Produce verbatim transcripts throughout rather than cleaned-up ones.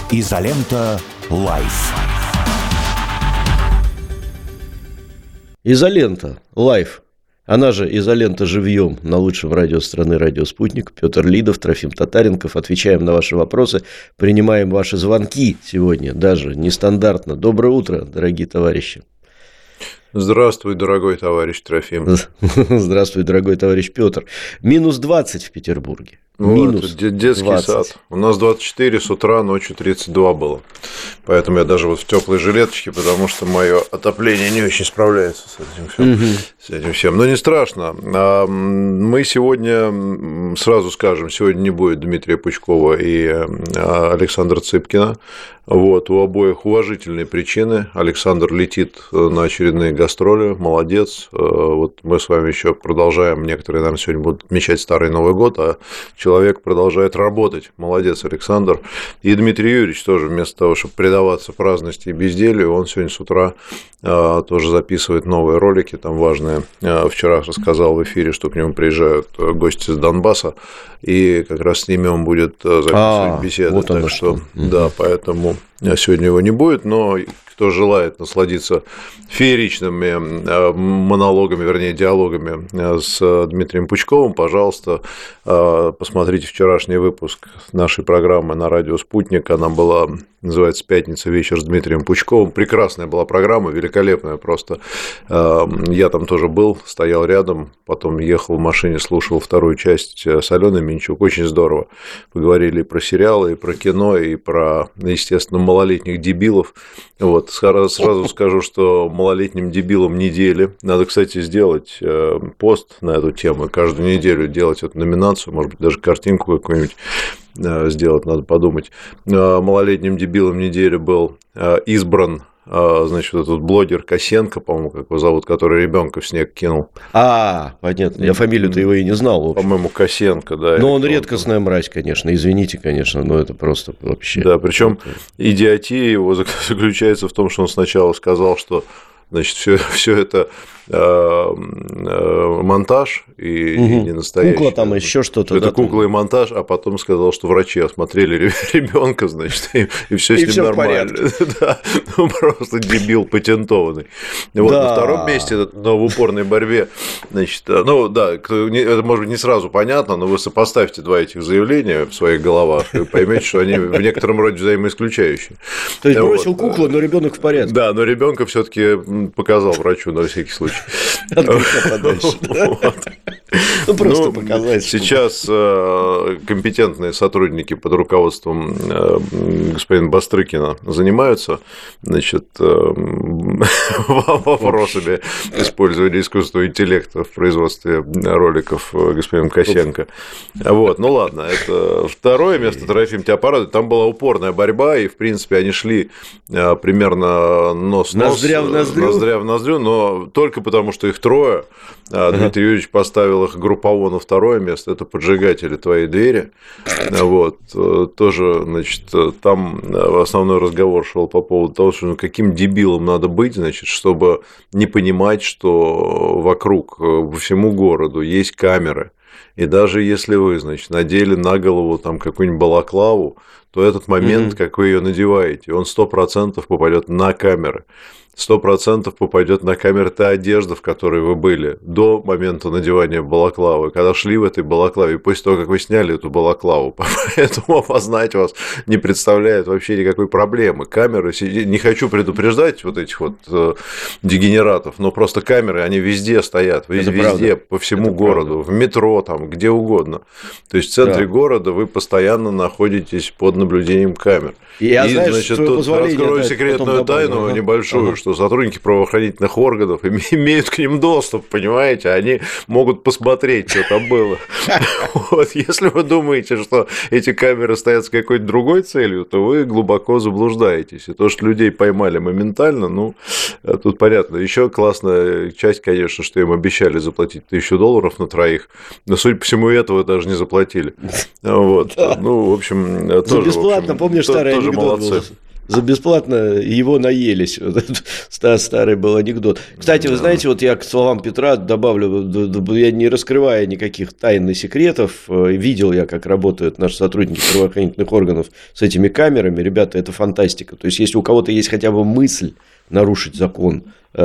Изолента Лайф. Изолента Лайф. Она же «Изолента живьем» на лучшем радио страны «Радио Спутник». Петр Лидов, Трофим Татаренков. Отвечаем на ваши вопросы, принимаем ваши звонки сегодня, даже нестандартно. Доброе утро, дорогие товарищи. Здравствуй, дорогой товарищ Трофим. Здравствуй, дорогой товарищ Петр. Минус двадцать в Петербурге. Вот, Минус детский двадцать. сад. У нас двадцать четыре с утра, ночью тридцать два было. Поэтому я даже вот в теплой жилеточке, потому что мое отопление не очень справляется с этим всем. Угу. С этим всем. Но не страшно. Мы сегодня, сразу скажем, сегодня не будет Дмитрия Пучкова и Александра Цыпкина. Вот, у обоих уважительные причины. Александр летит на очередные гастроли, молодец. Вот мы с вами еще продолжаем, некоторые, наверное, сегодня будут отмечать Старый Новый год, а человек продолжает работать. Молодец, Александр. И Дмитрий Юрьевич тоже вместо того, чтобы предаваться праздности и безделью, он сегодня с утра тоже записывает новые ролики, там важные. Вчера рассказал в эфире, что к нему приезжают гости из Донбасса, и как раз с ними он будет записывать а, беседы. Вот так что, что. Да, поэтому сегодня его не будет, но кто желает насладиться фееричными монологами, вернее, диалогами с Дмитрием Пучковым, пожалуйста, посмотрите вчерашний выпуск нашей программы на радио «Спутник». Она была, называется «Пятница. Вечер с Дмитрием Пучковым». Прекрасная была программа, великолепная просто. Я там тоже был, стоял рядом, потом ехал в машине, слушал вторую часть с Аленой Минчук. Очень здорово. Поговорили и про сериалы, и про кино, и про, естественно, малолетних дебилов. Вот. Сразу скажу, что малолетним дебилам недели. Надо, кстати, сделать пост на эту тему, каждую неделю делать эту номинацию, может быть, даже картинку какую-нибудь сделать, надо подумать. Малолетним дебилом недели был избран, значит, этот блогер Косенко, по-моему, как его зовут, который ребенка в снег кинул. А, понятно. Я фамилию-то его и не знал. По-моему, Косенко, да. Но он редкостная мразь, конечно. Извините, конечно, но это просто вообще. Да, причем идиотия его заключается в том, что он сначала сказал, что, значит, все, все это монтаж и, угу. и не настоящий. Кукла там еще что-то. Это да, кукла там... и монтаж, а потом сказал, что врачи осмотрели ребенка, значит, и, и все с и ним всё нормально. Да, ну просто дебил патентованный. Вот, да. На втором месте, но в упорной борьбе, значит, ну да, это может быть не сразу понятно, но вы сопоставьте два этих заявления в своих головах и поймете, что они в некотором роде взаимоисключающие. То есть бросил вот. Куклу, но ребенок в порядке. Да, но ребенка все-таки показал врачу на всякий случай. От греха подальше. Ну, просто ну, показать. Сейчас э, компетентные сотрудники под руководством э, господина Бастрыкина занимаются, значит, э, вопросами использования искусственного интеллекта в производстве роликов господина Косенко. Вот, ну ладно, это второе место, Трофим, тебя порадует. Там была упорная борьба, и, в принципе, они шли э, примерно нос в нос, ноздря в ноздрю. ноздря в ноздрю, но только потому, что их трое. Дмитрий Юрьевич поставил их группово на второе место. Это поджигатели твоей двери. Вот. Тоже, значит, там основной разговор шел по поводу того, что ну, каким дебилом надо быть, значит, чтобы не понимать, что вокруг, по всему городу есть камеры. И даже если вы, значит, надели на голову там какую-нибудь балаклаву, то этот момент, mm-hmm. как вы ее надеваете, он сто процентов попадет на камеры. сто процентов попадет на камеры та одежда, в которой вы были до момента надевания балаклавы, когда шли в этой балаклаве, после того, как вы сняли эту балаклаву. Поэтому опознать вас не представляет вообще никакой проблемы. Камеры, не хочу предупреждать вот этих вот дегенератов, но просто камеры, они везде стоят, везде, везде по всему Это городу, правда. В метро, там, где угодно. То есть в центре да. города вы постоянно находитесь под наблюдением камер. И, я, И знаешь, значит, тут раскрою секретную тайну ага. небольшую, ага. что сотрудники правоохранительных органов имеют к ним доступ, понимаете, они могут посмотреть, что там было. Вот, если вы думаете, что эти камеры стоят с какой-то другой целью, то вы глубоко заблуждаетесь. И то, что людей поймали моментально, ну, тут понятно. Еще классная часть, конечно, что им обещали заплатить тысячу долларов на троих, но, судя по всему, этого даже не заплатили. Вот. Ну, в общем, тоже... Бесплатно, помнишь, старый анекдот был? за бесплатно его наелись. Вот старый был анекдот. Кстати, вы знаете, вот я к словам Петра добавлю, я не раскрывая никаких тайн и секретов, видел я, как работают наши сотрудники правоохранительных органов с этими камерами. Ребята, это фантастика. То есть, если у кого-то есть хотя бы мысль нарушить закон,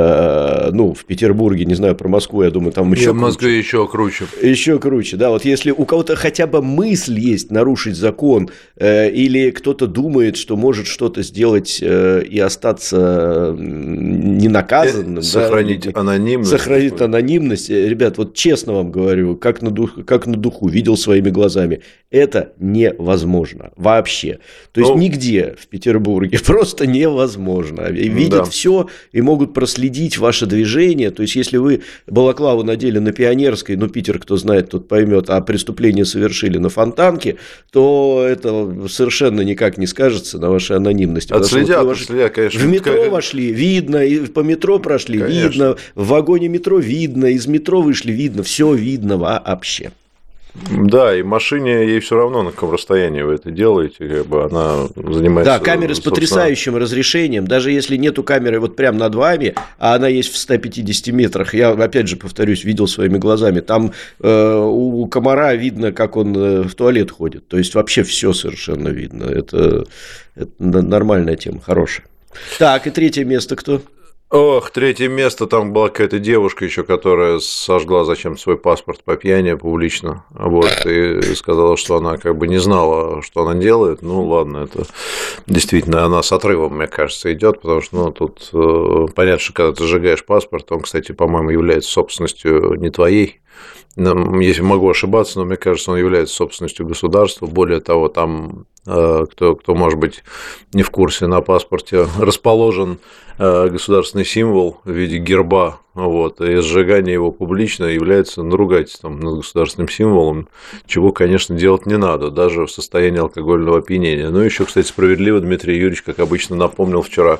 ну, в Петербурге, не знаю, про Москву, я думаю, там еще круче. В Москве еще круче. Еще круче, да. Вот если у кого-то хотя бы мысль есть нарушить закон, э, или кто-то думает, что может что-то сделать э, и остаться ненаказанным, сохранить да, анонимность. Сохранить анонимность. Ребят, вот честно вам говорю, как на, дух, как на духу, видел своими глазами, это невозможно вообще. То есть, ну, нигде в Петербурге просто невозможно. Видят, да, все и могут проследить следить ваше движение, то есть, если вы балаклаву надели на Пионерской, ну, Питер, кто знает, тот поймет, а преступление совершили на Фонтанке, то это совершенно никак не скажется на вашей анонимности. Отследят, вот отследят, конечно. В метро как... вошли, видно, и по метро прошли, конечно, видно, в вагоне метро видно, из метро вышли, видно, все видно вообще. Да, и машине ей все равно, на каком расстоянии вы это делаете, как бы она занимается... Да, камеры с потрясающим разрешением, даже если нету камеры вот прямо над вами, а она есть в ста пятидесяти метрах, я, опять же, повторюсь, видел своими глазами, там э, у комара видно, как он в туалет ходит, то есть, вообще все совершенно видно, это, это нормальная тема, хорошая. Так, и третье место кто? Ох, третье место, там была какая-то девушка еще, которая сожгла зачем свой паспорт по пьяни публично, вот, и сказала, что она как бы не знала, что она делает. Ну, ладно, это действительно она с отрывом, мне кажется, идет, потому что, ну, тут э, понятно, что когда ты сжигаешь паспорт, он, кстати, по-моему, является собственностью не твоей. Если могу ошибаться, но мне кажется, он является собственностью государства. Более того, там, кто, кто может быть не в курсе, на паспорте расположен государственный символ в виде герба, вот, и сжигание его публично является надругательством над государственным символом, чего, конечно, делать не надо, даже в состоянии алкогольного опьянения. Ну, еще, кстати, справедливо Дмитрий Юрьевич, как обычно, напомнил вчера,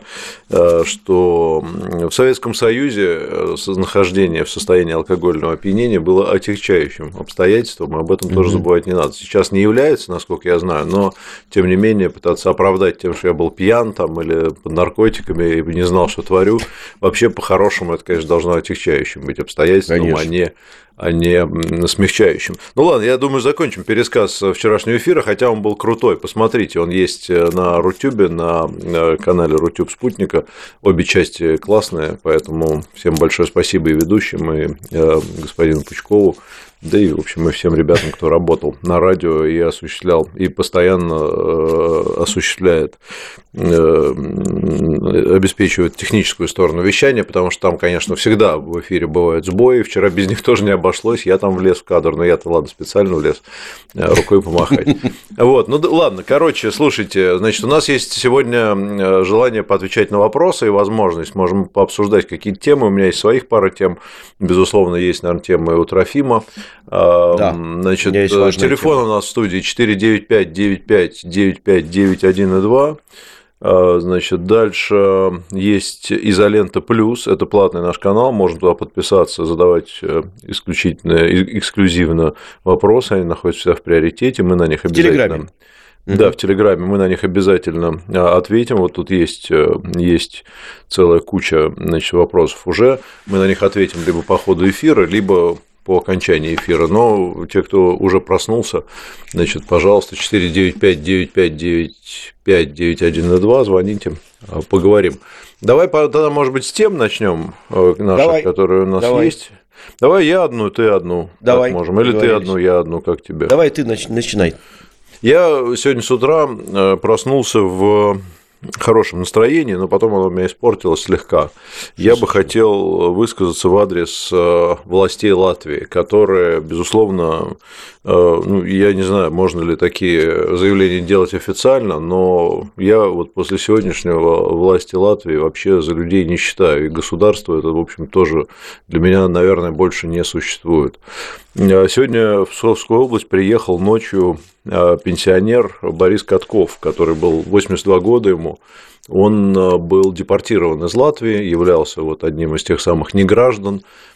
что в Советском Союзе нахождение в состоянии алкогольного опьянения было отягчающим обстоятельством, и об этом mm-hmm. тоже забывать не надо. Сейчас не является, насколько я знаю, но, тем не менее, пытаться оправдать тем, что я был пьян там, или под наркотиками, и не знал, что творю, вообще, по-хорошему, это, конечно, должно отягчающим быть обстоятельством, а не, а не смягчающим. Ну ладно, я думаю, закончим пересказ вчерашнего эфира, хотя он был крутой. Посмотрите, он есть на Рутюбе, на канале Рутюб Спутника. Обе части классные, поэтому всем большое спасибо и ведущим, и господину Пучкову. Да и, в общем, и всем ребятам, кто работал на радио и осуществлял, и постоянно осуществляет, обеспечивает техническую сторону вещания, потому что там, конечно, всегда в эфире бывают сбои. Вчера без них тоже не обошлось. Я там влез в кадр, но я-то, ладно, специально влез рукой помахать. Вот, ну ладно, короче, слушайте, значит, у нас есть сегодня желание поотвечать на вопросы и возможность. Можем пообсуждать какие-то темы. У меня есть своих пара тем. Безусловно, есть, наверное, темы и у Трофима. Да, значит, телефон у нас в студии четыре девять пять девять пять девять пять девять один и два. Значит, дальше есть Изолента Плюс, это платный наш канал, можно туда подписаться, задавать исключительно, эксклюзивно вопросы, они находятся всегда в приоритете, мы на них обязательно... В Телеграме. Да, в Телеграме мы на них обязательно ответим. Вот тут есть, есть целая куча, значит, вопросов уже, мы на них ответим либо по ходу эфира, либо по окончании эфира, но те, кто уже проснулся, значит, пожалуйста, четыре девять пять девять пять девять пять девять один и два, звоните, поговорим. Давай тогда, может быть, с тем начнем наших, давай, которые у нас давай. есть. Давай я одну, ты одну. Давай. Можем. Или ты одну, я одну, как тебе. Давай ты начинай. Я сегодня с утра проснулся в хорошем настроении, но потом оно у меня испортилось слегка. Я бы хотел высказаться в адрес властей Латвии, которые, безусловно, ну, я не знаю, можно ли такие заявления делать официально, но я вот после сегодняшнего власти Латвии вообще за людей не считаю, и государство это, в общем, тоже для меня, наверное, больше не существует. Сегодня в Псковскую область приехал ночью пенсионер Борис Катков, который был восемьдесят два года ему. Он был депортирован из Латвии, являлся вот одним из тех самых неграждан,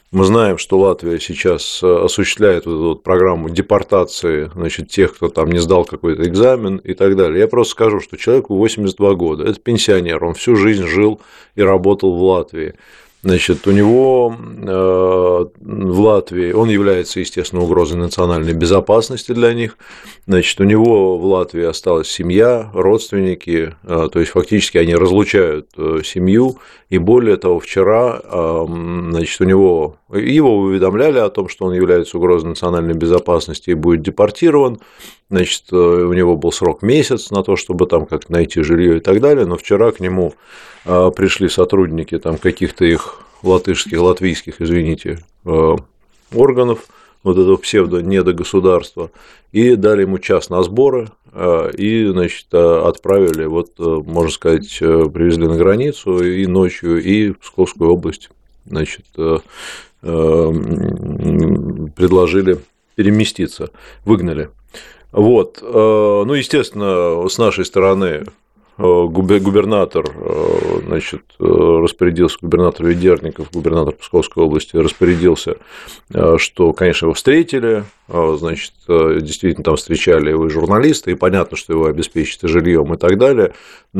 Мы знаем, что Латвия сейчас осуществляет вот эту вот программу депортации, значит, тех, кто там не сдал какой-то экзамен и так далее. Я просто скажу, что человеку восемьдесят два года, это пенсионер, он всю жизнь жил и работал в Латвии. Значит, у него э, в Латвии, он является, естественно, угрозой национальной безопасности для них. Значит, у него в Латвии осталась семья, родственники, э, то есть фактически они разлучают э, семью. И более того, вчера, э, значит, у него его уведомляли о том, что он является угрозой национальной безопасности и будет депортирован. Значит, э, у него был срок месяц на то, чтобы там как-то найти жилье и так далее. Но вчера к нему э, пришли сотрудники там каких-то их латышских, латвийских, извините, органов, вот этого псевдо-недогосударства, и дали ему час на сборы, и, значит, отправили, вот, можно сказать, привезли на границу и ночью, и в Псковскую область, значит, предложили переместиться, выгнали. Вот, ну, естественно, с нашей стороны губернатор, значит, распорядился, губернатор Ведерников, губернатор Псковской области распорядился, что, конечно, его встретили, значит, действительно там встречали его и журналисты, и понятно, что его обеспечат и жильем и так далее,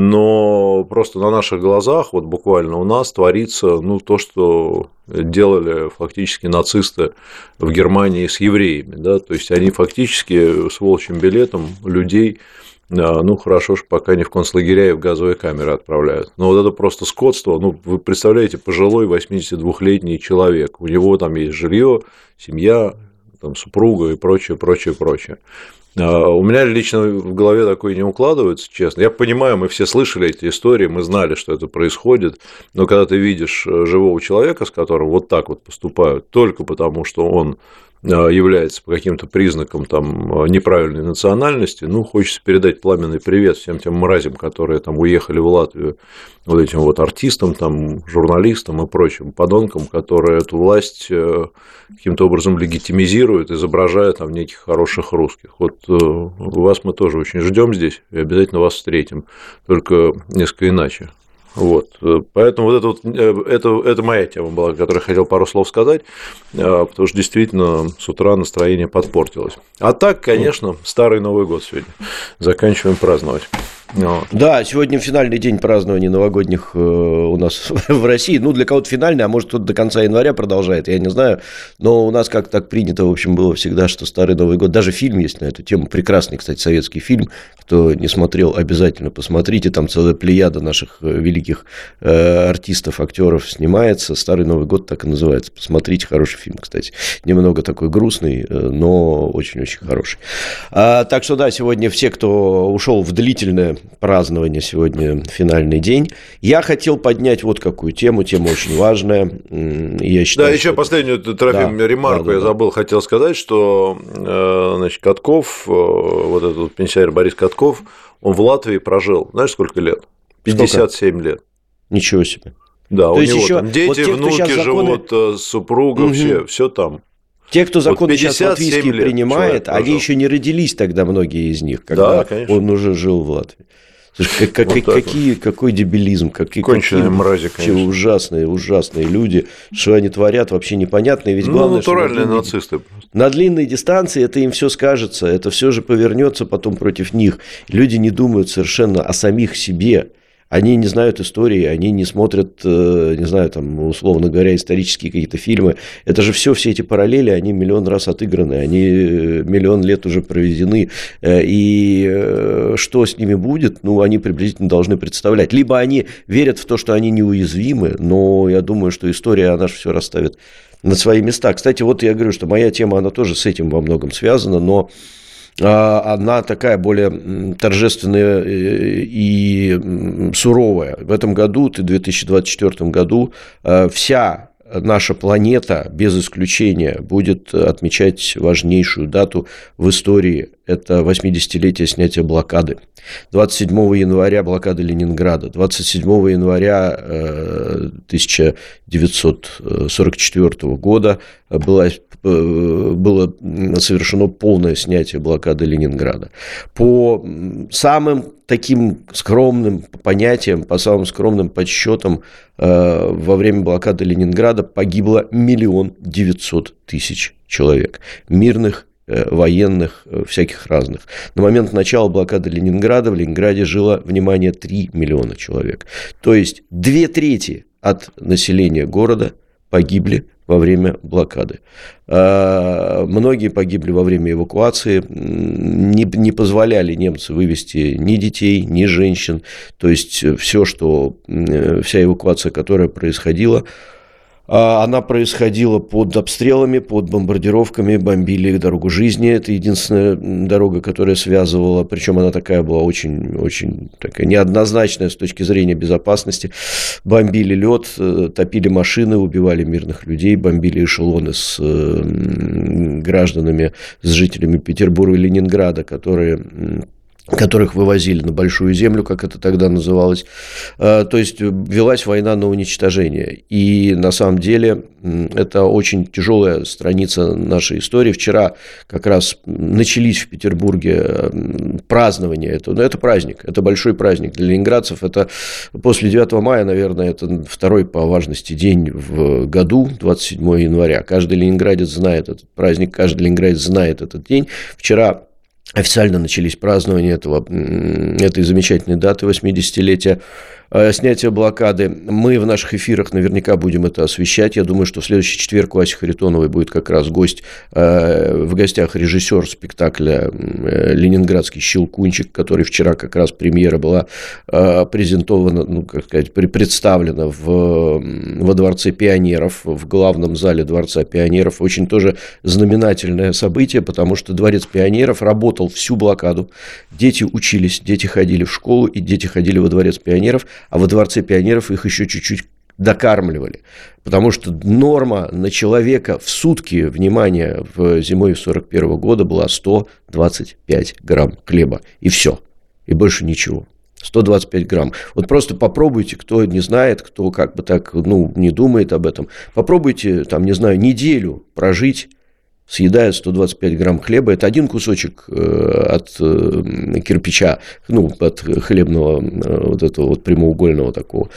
но просто на наших глазах, вот буквально у нас творится, ну, то, что делали фактически нацисты в Германии с евреями, да, то есть они фактически с волчьим билетом людей, ну, хорошо, что пока не в концлагеря и в газовые камеры отправляют. Но вот это просто скотство. Ну, вы представляете, пожилой восьмидесятидвухлетний человек, у него там есть жилье, семья, там, супруга и прочее, прочее, прочее. У меня лично в голове такое не укладывается, честно. Я понимаю, мы все слышали эти истории, мы знали, что это происходит, но когда ты видишь живого человека, с которым вот так вот поступают, только потому, что он является по каким-то признакам там неправильной национальности, ну, хочется передать пламенный привет всем тем мразям, которые там уехали в Латвию, вот этим вот артистам, там, журналистам и прочим подонкам, которые эту власть каким-то образом легитимизируют, изображая там неких хороших русских. Вот вас мы тоже очень ждем здесь и обязательно вас встретим, только несколько иначе. Вот. Поэтому вот это, вот, это, это моя тема была, о которой я хотел пару слов сказать, потому что действительно с утра настроение подпортилось. А так, конечно, старый Новый год сегодня. Заканчиваем праздновать. Вот. Да, сегодня финальный день празднования новогодних у нас в России. Ну, для кого-то финальный, а может, кто-то до конца января продолжает, я не знаю. Но у нас как так принято, в общем, было всегда, что старый Новый год. Даже фильм есть на эту тему. Прекрасный, кстати, советский фильм. Кто не смотрел, обязательно посмотрите. Там целая плеяда наших великих артистов, актеров снимается. Старый Новый год так и называется. Посмотрите, хороший фильм, кстати. Немного такой грустный, но очень-очень хороший. А, так что, да, сегодня все, кто ушел в длительное празднование, сегодня финальный день. Я хотел поднять вот какую тему, тема очень важная. Я считаю, да, еще последнюю, Трофим, да, ремарку да, да, я забыл, да. хотел сказать, что, значит, Катков, вот этот пенсионер Борис Катков, он в Латвии прожил, знаешь, сколько лет? пятьдесят семь сколько? Лет. Ничего себе. Да, То у него еще... там дети, вот те, внуки живут, законы... супруга, угу. все, все там. Те, кто законы вот сейчас латвийские принимает, они еще не родились тогда, многие из них, когда да, он уже жил в Латвии. Слушай, как, вот как, какие, вот. какой дебилизм, какие, какие мрази, вообще ужасные, ужасные люди, что они творят, вообще непонятно. И ведь главное, ну, натуральные что на нацисты. На длинной дистанции это им все скажется, это все же повернется потом против них. Люди не думают совершенно о самих себе. Они не знают истории, они не смотрят, не знаю, там, условно говоря, исторические какие-то фильмы. Это же все, все эти параллели, они миллион раз отыграны, они миллион лет уже проведены. И что с ними будет, ну, они приблизительно должны представлять. Либо они верят в то, что они неуязвимы, но я думаю, что история, она же все расставит на свои места. Кстати, вот я говорю, что моя тема, она тоже с этим во многом связана, но... она такая более торжественная и суровая. В этом году, в две тысячи двадцать четвёртом году, вся наша планета, без исключения, будет отмечать важнейшую дату в истории это восьмидесятилетие снятия блокады. двадцать седьмого января блокада Ленинграда, двадцать седьмого января тысяча девятьсот сорок четвёртого года было, было совершено полное снятие блокады Ленинграда. По самым таким скромным понятиям, по самым скромным подсчетам, во время блокады Ленинграда погибло миллион девятьсот тысяч человек. Мирных, военных, всяких разных. На момент начала блокады Ленинграда в Ленинграде жило, внимание, три миллиона человек. То есть две трети от населения города погибли во время блокады. Многие погибли во время эвакуации, не, не позволяли немцы вывести ни детей, ни женщин. То есть все, что, вся эвакуация, которая происходила, она происходила под обстрелами, под бомбардировками, бомбили дорогу жизни. Это единственная дорога, которая связывала, причем она такая была очень, очень такая неоднозначная с точки зрения безопасности. Бомбили лед, топили машины, убивали мирных людей, бомбили эшелоны с гражданами, с жителями Петербурга и Ленинграда, которые... которых вывозили на Большую Землю, как это тогда называлось. То есть велась война на уничтожение. И на самом деле это очень тяжелая страница нашей истории. Вчера как раз начались в Петербурге празднования. Это, ну, это праздник, это большой праздник для ленинградцев. Это после девятого мая, наверное, это второй по важности день в году, двадцать седьмого января. Каждый ленинградец знает этот праздник, каждый ленинградец знает этот день. Вчера официально начались празднования этого, этой замечательной даты восьмидесятилетия снятия блокады. Мы в наших эфирах наверняка будем это освещать. Я думаю, что в следующий четверг у Аси Харитоновой будет как раз гость, в гостях режиссер спектакля «Ленинградский щелкунчик», который вчера как раз премьера была презентована, ну, как сказать, представлена в, во Дворце пионеров, в главном зале Дворца пионеров. Очень тоже знаменательное событие, потому что Дворец пионеров работал всю блокаду. Дети учились, дети ходили в школу, и дети ходили во Дворец пионеров, а во Дворце пионеров их еще чуть-чуть докармливали, потому что норма на человека в сутки, внимание, в зимой сорок первого года была сто двадцать пять грамм хлеба, и все, и больше ничего. сто двадцать пять грамм. Вот просто попробуйте, кто не знает, кто как бы так, ну, не думает об этом, попробуйте, там, не знаю, неделю прожить, съедая сто двадцать пять грамм хлеба. Это один кусочек от кирпича, ну, от хлебного вот этого вот прямоугольного такого,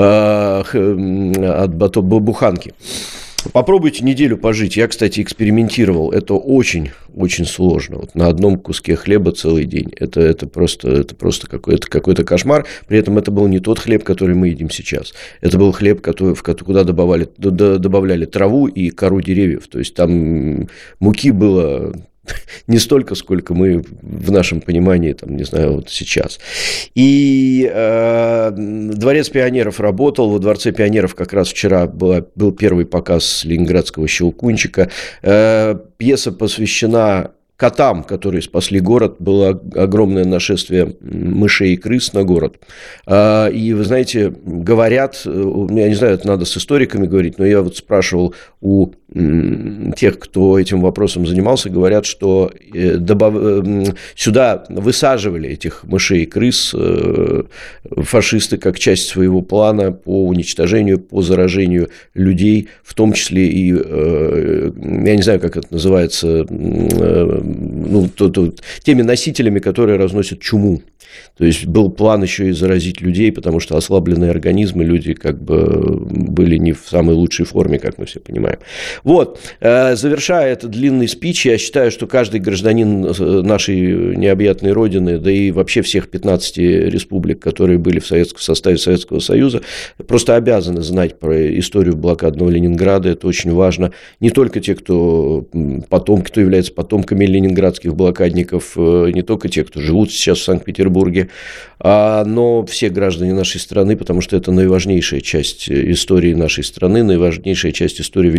от буханки. Попробуйте неделю пожить. Я, кстати, экспериментировал. Это очень-очень сложно. Вот на одном куске хлеба целый день. Это, это просто, это просто какой-то, какой-то кошмар. При этом это был не тот хлеб, который мы едим сейчас. Это был хлеб, который, в куда добавляли, добавляли траву и кору деревьев. То есть там муки было... не столько, сколько мы в нашем понимании, там, не знаю, вот сейчас. И э, Дворец пионеров работал. Во Дворце пионеров как раз вчера была, был первый показ «Ленинградского щелкунчика». Э, пьеса посвящена котам, которые спасли город. Было огромное нашествие мышей и крыс на город. И, вы знаете, говорят, я не знаю, это надо с историками говорить, но я вот спрашивал у тех, кто этим вопросом занимался, говорят, что добав... сюда высаживали этих мышей и крыс фашисты как часть своего плана по уничтожению, по заражению людей, в том числе и, я не знаю, как это называется, ну, то, то, теми носителями, которые разносят чуму. То есть был план еще и заразить людей, потому что ослабленные организмы, люди как бы были не в самой лучшей форме, как мы все понимаем. Вот, завершая этот длинный спич, я считаю, что каждый гражданин нашей необъятной родины, да и вообще всех пятнадцати республик, которые были в, Советском, в составе Советского Союза, просто обязаны знать про историю блокадного Ленинграда. Это очень важно. Не только те, кто, потом, кто является потомками ленинградских блокадников, не только те, кто живут сейчас в Санкт-Петербурге, но все граждане нашей страны, потому что это наиважнейшая часть истории нашей страны, наиважнейшая часть истории Великой Отечественной,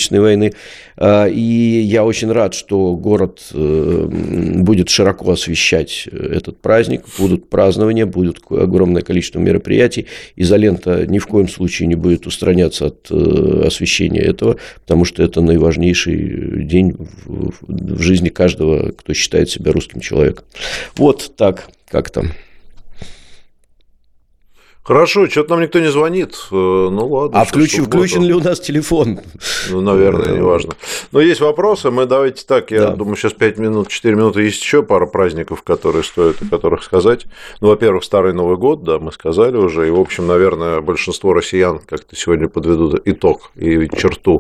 Отечественной войны. И я очень рад, что город будет широко освещать этот праздник. Будут празднования, будет огромное количество мероприятий. Изолента ни в коем случае не будет устраняться от освещения этого, потому что это наиважнейший день в жизни каждого, кто считает себя русским человеком. Вот так как-то. Хорошо, что-то нам никто не звонит. Ну ладно. А включен, включен ли у нас телефон? Ну, наверное, неважно. Но есть вопросы. Мы давайте так, я да. думаю, сейчас пять минут, четыре минуты. Есть еще пара праздников, которые стоит о которых сказать. Ну, во-первых, Старый Новый год, да, мы сказали уже. И, в общем, наверное, большинство россиян как-то сегодня подведут итог и черту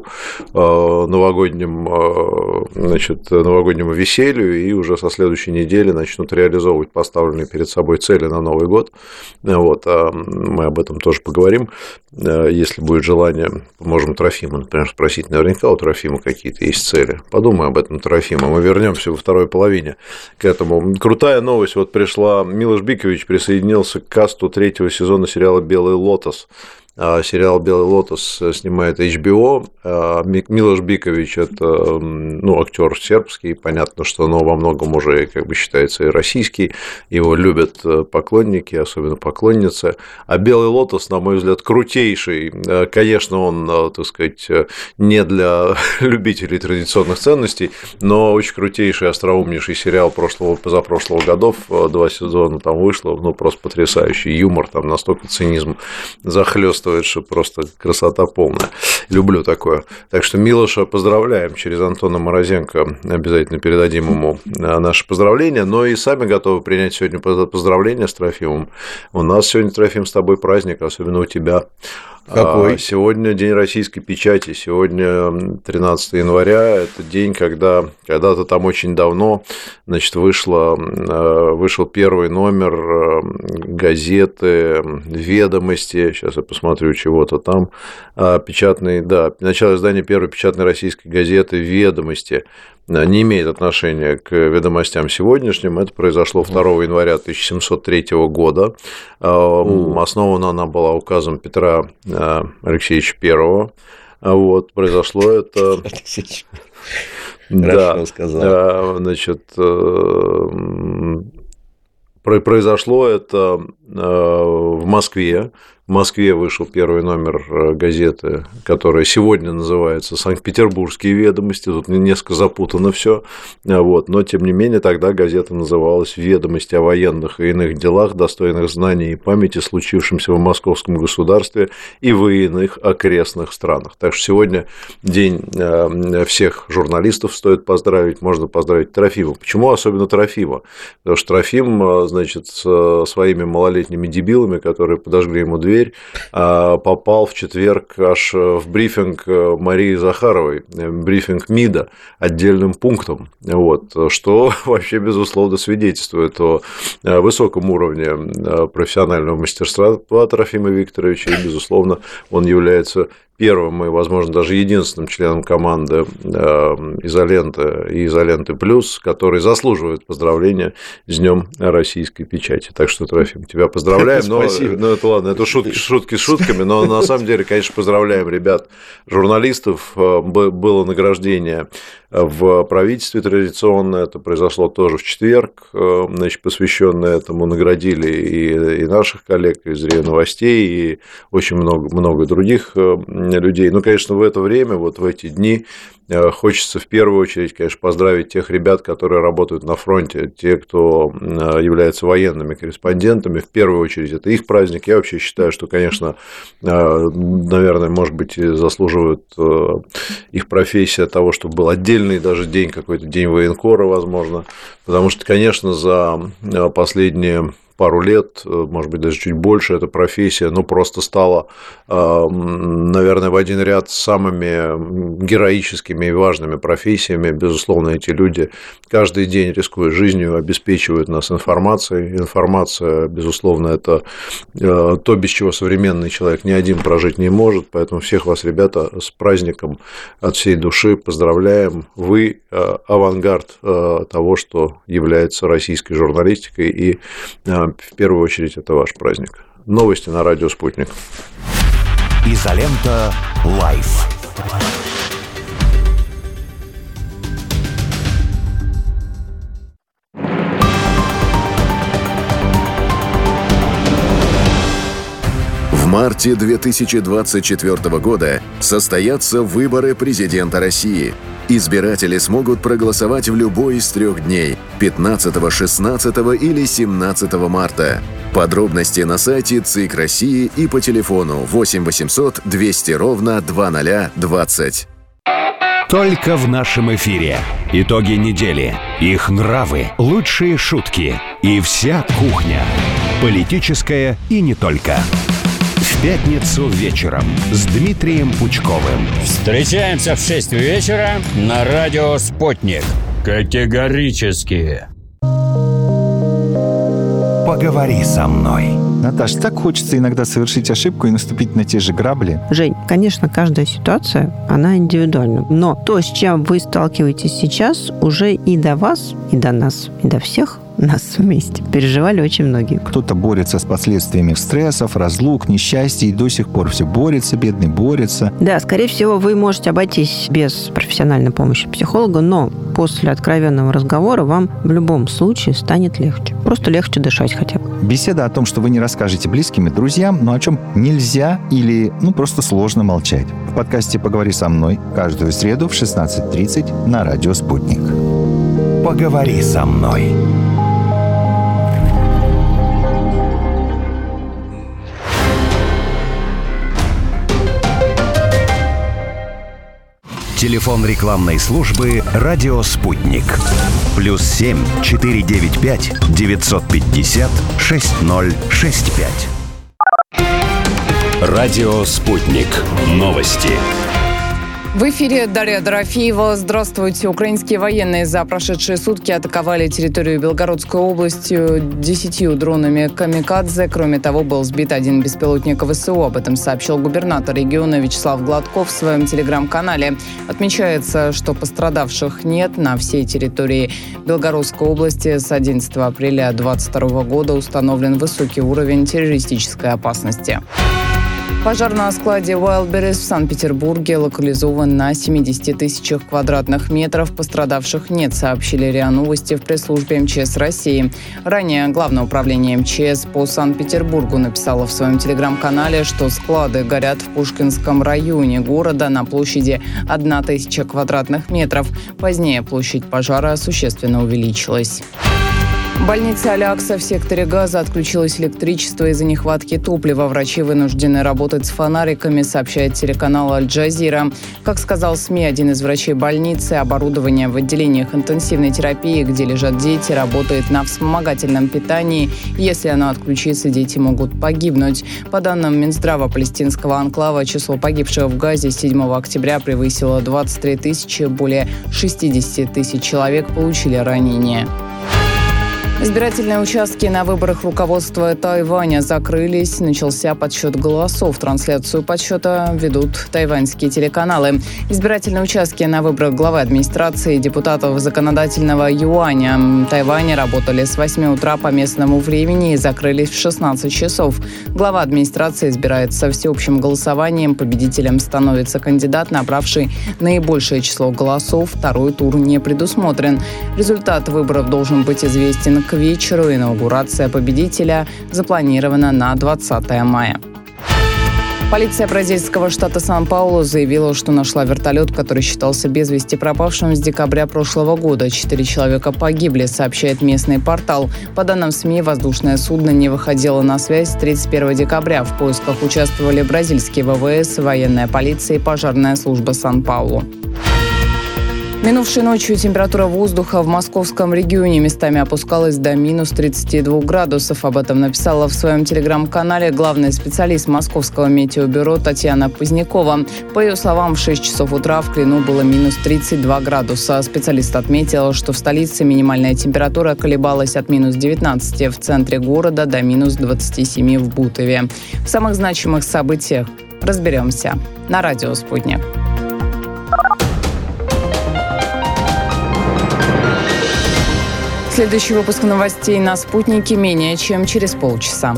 новогодним, значит, новогоднему веселью, и уже со следующей недели начнут реализовывать поставленные перед собой цели на Новый год. Вот. Мы об этом тоже поговорим. Если будет желание, можем Трофима, например, спросить. Наверняка у Трофима какие-то есть цели. Подумай об этом, Трофима. Мы вернемся во второй половине к этому. Крутая новость. Вот пришла. Милош Бикович присоединился к касту третьего сезона сериала «Белый лотос». Сериал «Белый лотос» снимает эйч би о. Милош Бикович – это, ну, актер сербский, понятно, что, но во многом уже, как бы, считается и российский. Его любят поклонники, особенно поклонницы. А «Белый лотос», на мой взгляд, крутейший. Конечно, он, так сказать, не для любителей традиционных ценностей, но очень крутейший, остроумнейший сериал прошлого, позапрошлого годов. Два сезона там вышло, ну, просто потрясающий юмор, там настолько цинизм захлёст, что просто красота полная. Люблю такое. Так что Милоша поздравляем через Антона Морозенко. Обязательно передадим ему наши поздравления. Но и сами готовы принять сегодня поздравления с Трофимом. У нас сегодня, Трофим, с тобой праздник, особенно у тебя. Какой? Сегодня день российской печати. Сегодня тринадцатого января. Это день, когда когда-то там очень давно, значит, вышло, вышел первый номер газеты «Ведомости». Сейчас я посмотрю чего-то там. Печатный, да, начало издания первой печатной российской газеты «Ведомости». Не имеет отношения к ведомостям сегодняшним. Это произошло второго января тысяча семьсот третьего года. Mm. Основана она была указом Петра Алексеевича Первого. Вот, произошло это... Хорошо сказал. Значит, произошло это в Москве. В Москве вышел первый номер газеты, которая сегодня называется «Санкт-Петербургские ведомости». Тут несколько запутано все, вот. Но, тем не менее, тогда газета называлась «Ведомости о военных и иных делах, достойных знаний и памяти, случившимся в московском государстве и в иных окрестных странах». Так что сегодня день всех журналистов стоит поздравить. Можно поздравить Трофима. Почему особенно Трофима? Потому что Трофим, значит, со своими малолетними дебилами, которые подожгли ему дверь, попал в четверг аж в брифинг Марии Захаровой, брифинг МИДа отдельным пунктом, вот, что вообще, безусловно, свидетельствует о высоком уровне профессионального мастерства Трофима Викторовича, и, безусловно, он является первым и, возможно, даже единственным членом команды «Изоленты» и «Изоленты плюс», который заслуживает поздравления с Днем российской печати. Так что, Трофим, тебя поздравляем. Но, но это ладно, это шутки, шутки с шутками, но на самом деле, конечно, поздравляем ребят, журналистов. Было награждение в правительстве традиционно, это произошло тоже в четверг, значит, посвященное этому, наградили и, и наших коллег из РИА Новостей, и очень много, много других людей. Ну, конечно, в это время, вот в эти дни, хочется в первую очередь, конечно, поздравить тех ребят, которые работают на фронте, те, кто являются военными корреспондентами. В первую очередь, это их праздник. Я вообще считаю, что, конечно, наверное, может быть, заслуживают их профессия того, чтобы был отдельный даже день, какой-то день военкора, возможно. Потому что, конечно, за последние пару лет, может быть, даже чуть больше, эта профессия, ну, просто стала, наверное, в один ряд с самыми героическими и важными профессиями. Безусловно, эти люди каждый день, рискуя жизнью, обеспечивают нас информацией. Информация, безусловно, это то, без чего современный человек ни один прожить не может. Поэтому всех вас, ребята, с праздником от всей души поздравляем. Вы авангард того, что является российской журналистикой, и в первую очередь это ваш праздник. Новости на радио «Спутник». Изолента Лайф. марте две тысячи двадцать четвёртого года состоятся выборы президента России. Избиратели смогут проголосовать в любой из трех дней – пятнадцатого, шестнадцатого или семнадцатого марта. Подробности на сайте ЦИК России и по телефону восемь восемьсот двести ровно двадцать двадцать. Только в нашем эфире. Итоги недели, их нравы, лучшие шутки и вся кухня. Политическая и не только. В пятницу вечером с Дмитрием Пучковым. Встречаемся в шесть вечера на радио «Спутник». Категорически. Поговори со мной. Наташ, так хочется иногда совершить ошибку и наступить на те же грабли. Жень, конечно, каждая ситуация, она индивидуальна. Но то, с чем вы сталкиваетесь сейчас, уже и до вас, и до нас, и до всех нас вместе переживали очень многие. Кто-то борется с последствиями стрессов, разлук, несчастья и до сих пор все борется, бедный борется. Да, скорее всего, вы можете обойтись без профессиональной помощи психолога, но после откровенного разговора вам в любом случае станет легче. Просто легче дышать хотя бы. Беседа о том, что вы не расскажете близким и друзьям, но о чем нельзя или ну просто сложно молчать. В подкасте «Поговори со мной» каждую среду в шестнадцать тридцать на радио «Спутник». Поговори со мной. Телефон рекламной службы «Радио Спутник». Плюс семь четыре девять пять девятьсот пятьдесят шесть ноль шесть пять. Радио Спутник. Новости. В эфире Дарья Дорофеева. Здравствуйте. Украинские военные за прошедшие сутки атаковали территорию Белгородской области десятью дронами «Камикадзе». Кроме того, был сбит один беспилотник ВСУ. Об этом сообщил губернатор региона Вячеслав Гладков в своем телеграм-канале. Отмечается, что пострадавших нет. На всей территории Белгородской области с одиннадцатого апреля две тысячи двадцать второго года установлен высокий уровень террористической опасности. Пожар на складе Wildberries в Санкт-Петербурге локализован на семидесяти тысячах квадратных метров. Пострадавших нет, сообщили РИА Новости в пресс-службе МЧС России. Ранее Главное управление МЧС по Санкт-Петербургу написало в своем телеграм-канале, что склады горят в Пушкинском районе города на площади одна тысяча квадратных метров. Позднее площадь пожара существенно увеличилась. В больнице Алякса в секторе Газа отключилось электричество из-за нехватки топлива. Врачи вынуждены работать с фонариками, сообщает телеканал Аль-Джазира. Как сказал СМИ один из врачей больницы, оборудование в отделениях интенсивной терапии, где лежат дети, работает на вспомогательном питании. Если оно отключится, дети могут погибнуть. По данным Минздрава палестинского анклава, число погибших в Газе с седьмого октября превысило двадцать три тысячи, более шестьдесят тысяч человек получили ранения. Избирательные участки на выборах руководства Тайваня закрылись. Начался подсчет голосов. Трансляцию подсчета ведут тайваньские телеканалы. Избирательные участки на выборах главы администрации и депутатов законодательного юаня Тайваня работали с восьми утра по местному времени и закрылись в шестнадцать часов. Глава администрации избирается всеобщим голосованием. Победителем становится кандидат, набравший наибольшее число голосов. Второй тур не предусмотрен. Результат выборов должен быть известен к вечеру. Инаугурация победителя запланирована на двадцатое мая. Полиция бразильского штата Сан-Паулу заявила, что нашла вертолет, который считался без вести пропавшим с декабря прошлого года. Четыре человека погибли, сообщает местный портал. По данным СМИ, воздушное судно не выходило на связь с тридцать первого декабря. В поисках участвовали бразильские ВВС, военная полиция и пожарная служба Сан-Паулу. Минувшей ночью температура воздуха в московском регионе местами опускалась до минус тридцати двух градусов. Об этом написала в своем телеграм-канале главный специалист Московского метеобюро Татьяна Позднякова. По ее словам, в шесть часов утра в Клину было минус тридцать два градуса. Специалист отметил, что в столице минимальная температура колебалась от минус девятнадцати в центре города до минус двадцати семи в Бутове. В самых значимых событиях разберемся на радио «Спутник». Следующий выпуск новостей на «Спутнике» менее чем через полчаса.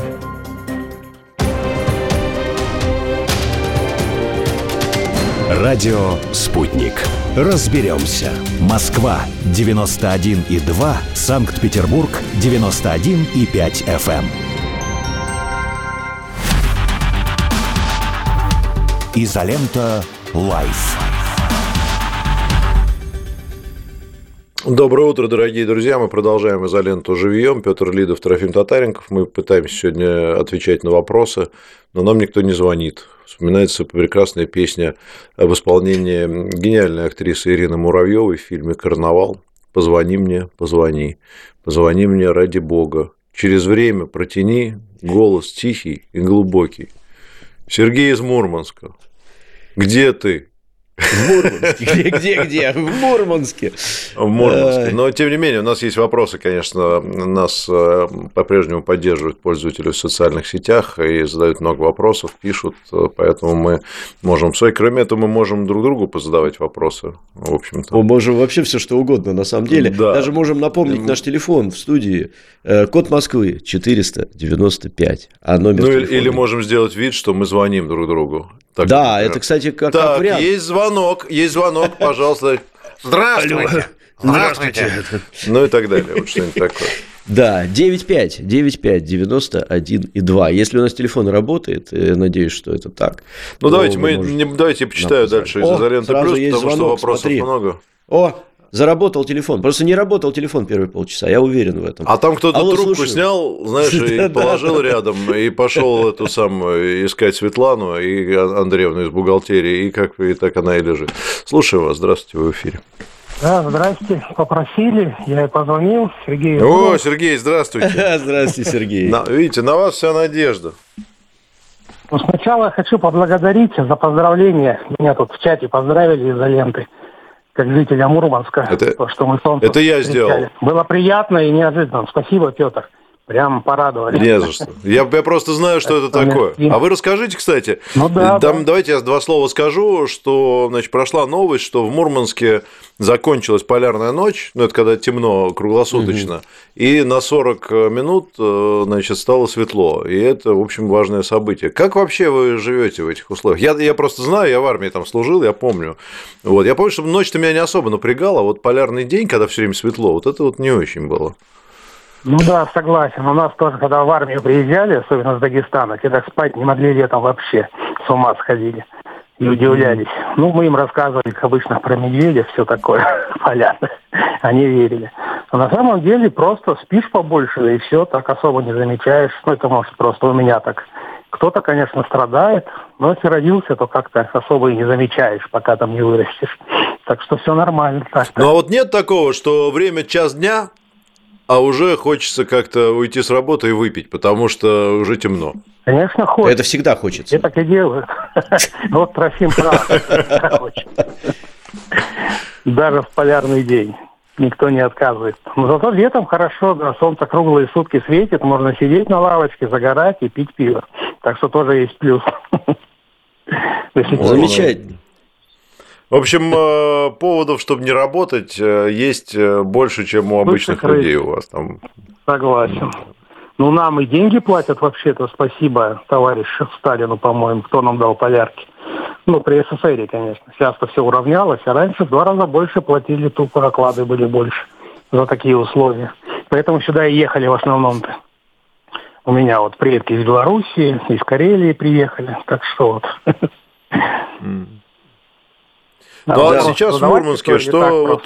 Радио «Спутник». Разберемся. Москва девяносто один и два, Санкт-Петербург девяносто один и пять эф эм. Изолента Лайф. Доброе утро, дорогие друзья. Мы продолжаем «Изоленту живьем». Петр Лидов, Трофим Татаренков. Мы пытаемся сегодня отвечать на вопросы, но нам никто не звонит. Вспоминается прекрасная песня в исполнении гениальной актрисы Ирины Муравьевой в фильме «Карнавал». «Позвони мне, позвони, позвони мне ради Бога. Через время протяни голос тихий и глубокий. Сергей из Мурманска. Где ты?» В Мурманске. Где, где, где? В Мурманске. В Мурманске. Но, тем не менее, у нас есть вопросы, конечно, нас по-прежнему поддерживают пользователи в социальных сетях и задают много вопросов, пишут, поэтому мы можем... Кроме этого, мы можем друг другу позадавать вопросы, в общем-то. Мы можем вообще все что угодно, на самом деле. Да. Даже можем напомнить наш телефон в студии. Код Москвы четыреста девяносто пять. А номер ну, телефона... Или можем сделать вид, что мы звоним друг другу. Так, да, например. это, кстати, как, так, как вариант. есть звонок, есть звонок, пожалуйста. Здравствуйте. Здравствуйте. Ну и так далее, вот что-нибудь такое. Да, девять пять девять пять девяносто один и два. Если у нас телефон работает, я надеюсь, что это так. Ну, давайте, мы, не, давайте я почитаю дальше из «Изоленты Плюс», потому звонок, что вопросов смотри. много. О, заработал телефон. Просто не работал телефон первые полчаса, я уверен в этом. А там кто-то Алло, трубку слушаю. снял, знаешь, и положил рядом, и пошел эту самую искать Светлану и Андреевну из бухгалтерии, и как и так она и лежит. Слушаю вас, здравствуйте, вы в эфире. Да, здрасте, попросили, я и позвонил, Сергей. О, Сергей, здравствуйте. Здравствуйте, Сергей. На, видите, на вас вся надежда. Ну, сначала я хочу поблагодарить за поздравления. Меня тут в чате поздравили из-за ленты, как жителя Мурманска, это, то, что мы солнце это я встречали. сделал. Было приятно и неожиданно. Спасибо, Петр. Прям порадовали. Не за что. Я, я просто знаю, что это такое. А вы расскажите, кстати, ну, да, там, да. давайте я два слова скажу, что, значит, прошла новость, что в Мурманске закончилась полярная ночь, ну, это когда темно круглосуточно, угу. и на сорок минут, значит, стало светло, и это, в общем, важное событие. Как вообще вы живете в этих условиях? Я, я просто знаю, я в армии там служил, я помню. Вот, я помню, что ночь-то меня не особо напрягала, а вот полярный день, когда все время светло, вот это вот не очень было. Ну да, согласен. У нас тоже, когда в армию приезжали, особенно с Дагестана, когда спать не могли летом вообще, с ума сходили и удивлялись. Ну, мы им рассказывали, как обычно, про медведя, все такое, понятно. Они верили. Но на самом деле просто спишь побольше, да и все, так особо не замечаешь. Ну, это может просто у меня так. Кто-то, конечно, страдает, но если родился, то как-то особо и не замечаешь, пока там не вырастешь. Так что все нормально. Так-то. Ну, а вот нет такого, что время час дня, а уже хочется как-то уйти с работы и выпить, потому что уже темно. Конечно, хочется. Это всегда хочется. Я так и делаю. Вот Трофим прав. Даже в полярный день никто не отказывает. Но зато летом хорошо, да, солнце круглые сутки светит, можно сидеть на лавочке, загорать и пить пиво. Так что тоже есть плюс. Замечательно. В общем, поводов, чтобы не работать, есть больше, чем у обычных людей у вас там. Согласен. Ну, нам и деньги платят вообще-то, спасибо товарищу Сталину, по-моему, кто нам дал полярки. Ну, при СССР, конечно. Сейчас-то все уравнялось, а раньше в два раза больше платили, тупо оклады были больше за такие условия. Поэтому сюда и ехали в основном-то. У меня вот предки из Белоруссии, из Карелии приехали, так что вот... Ну, а сейчас в Мурманске, что вот...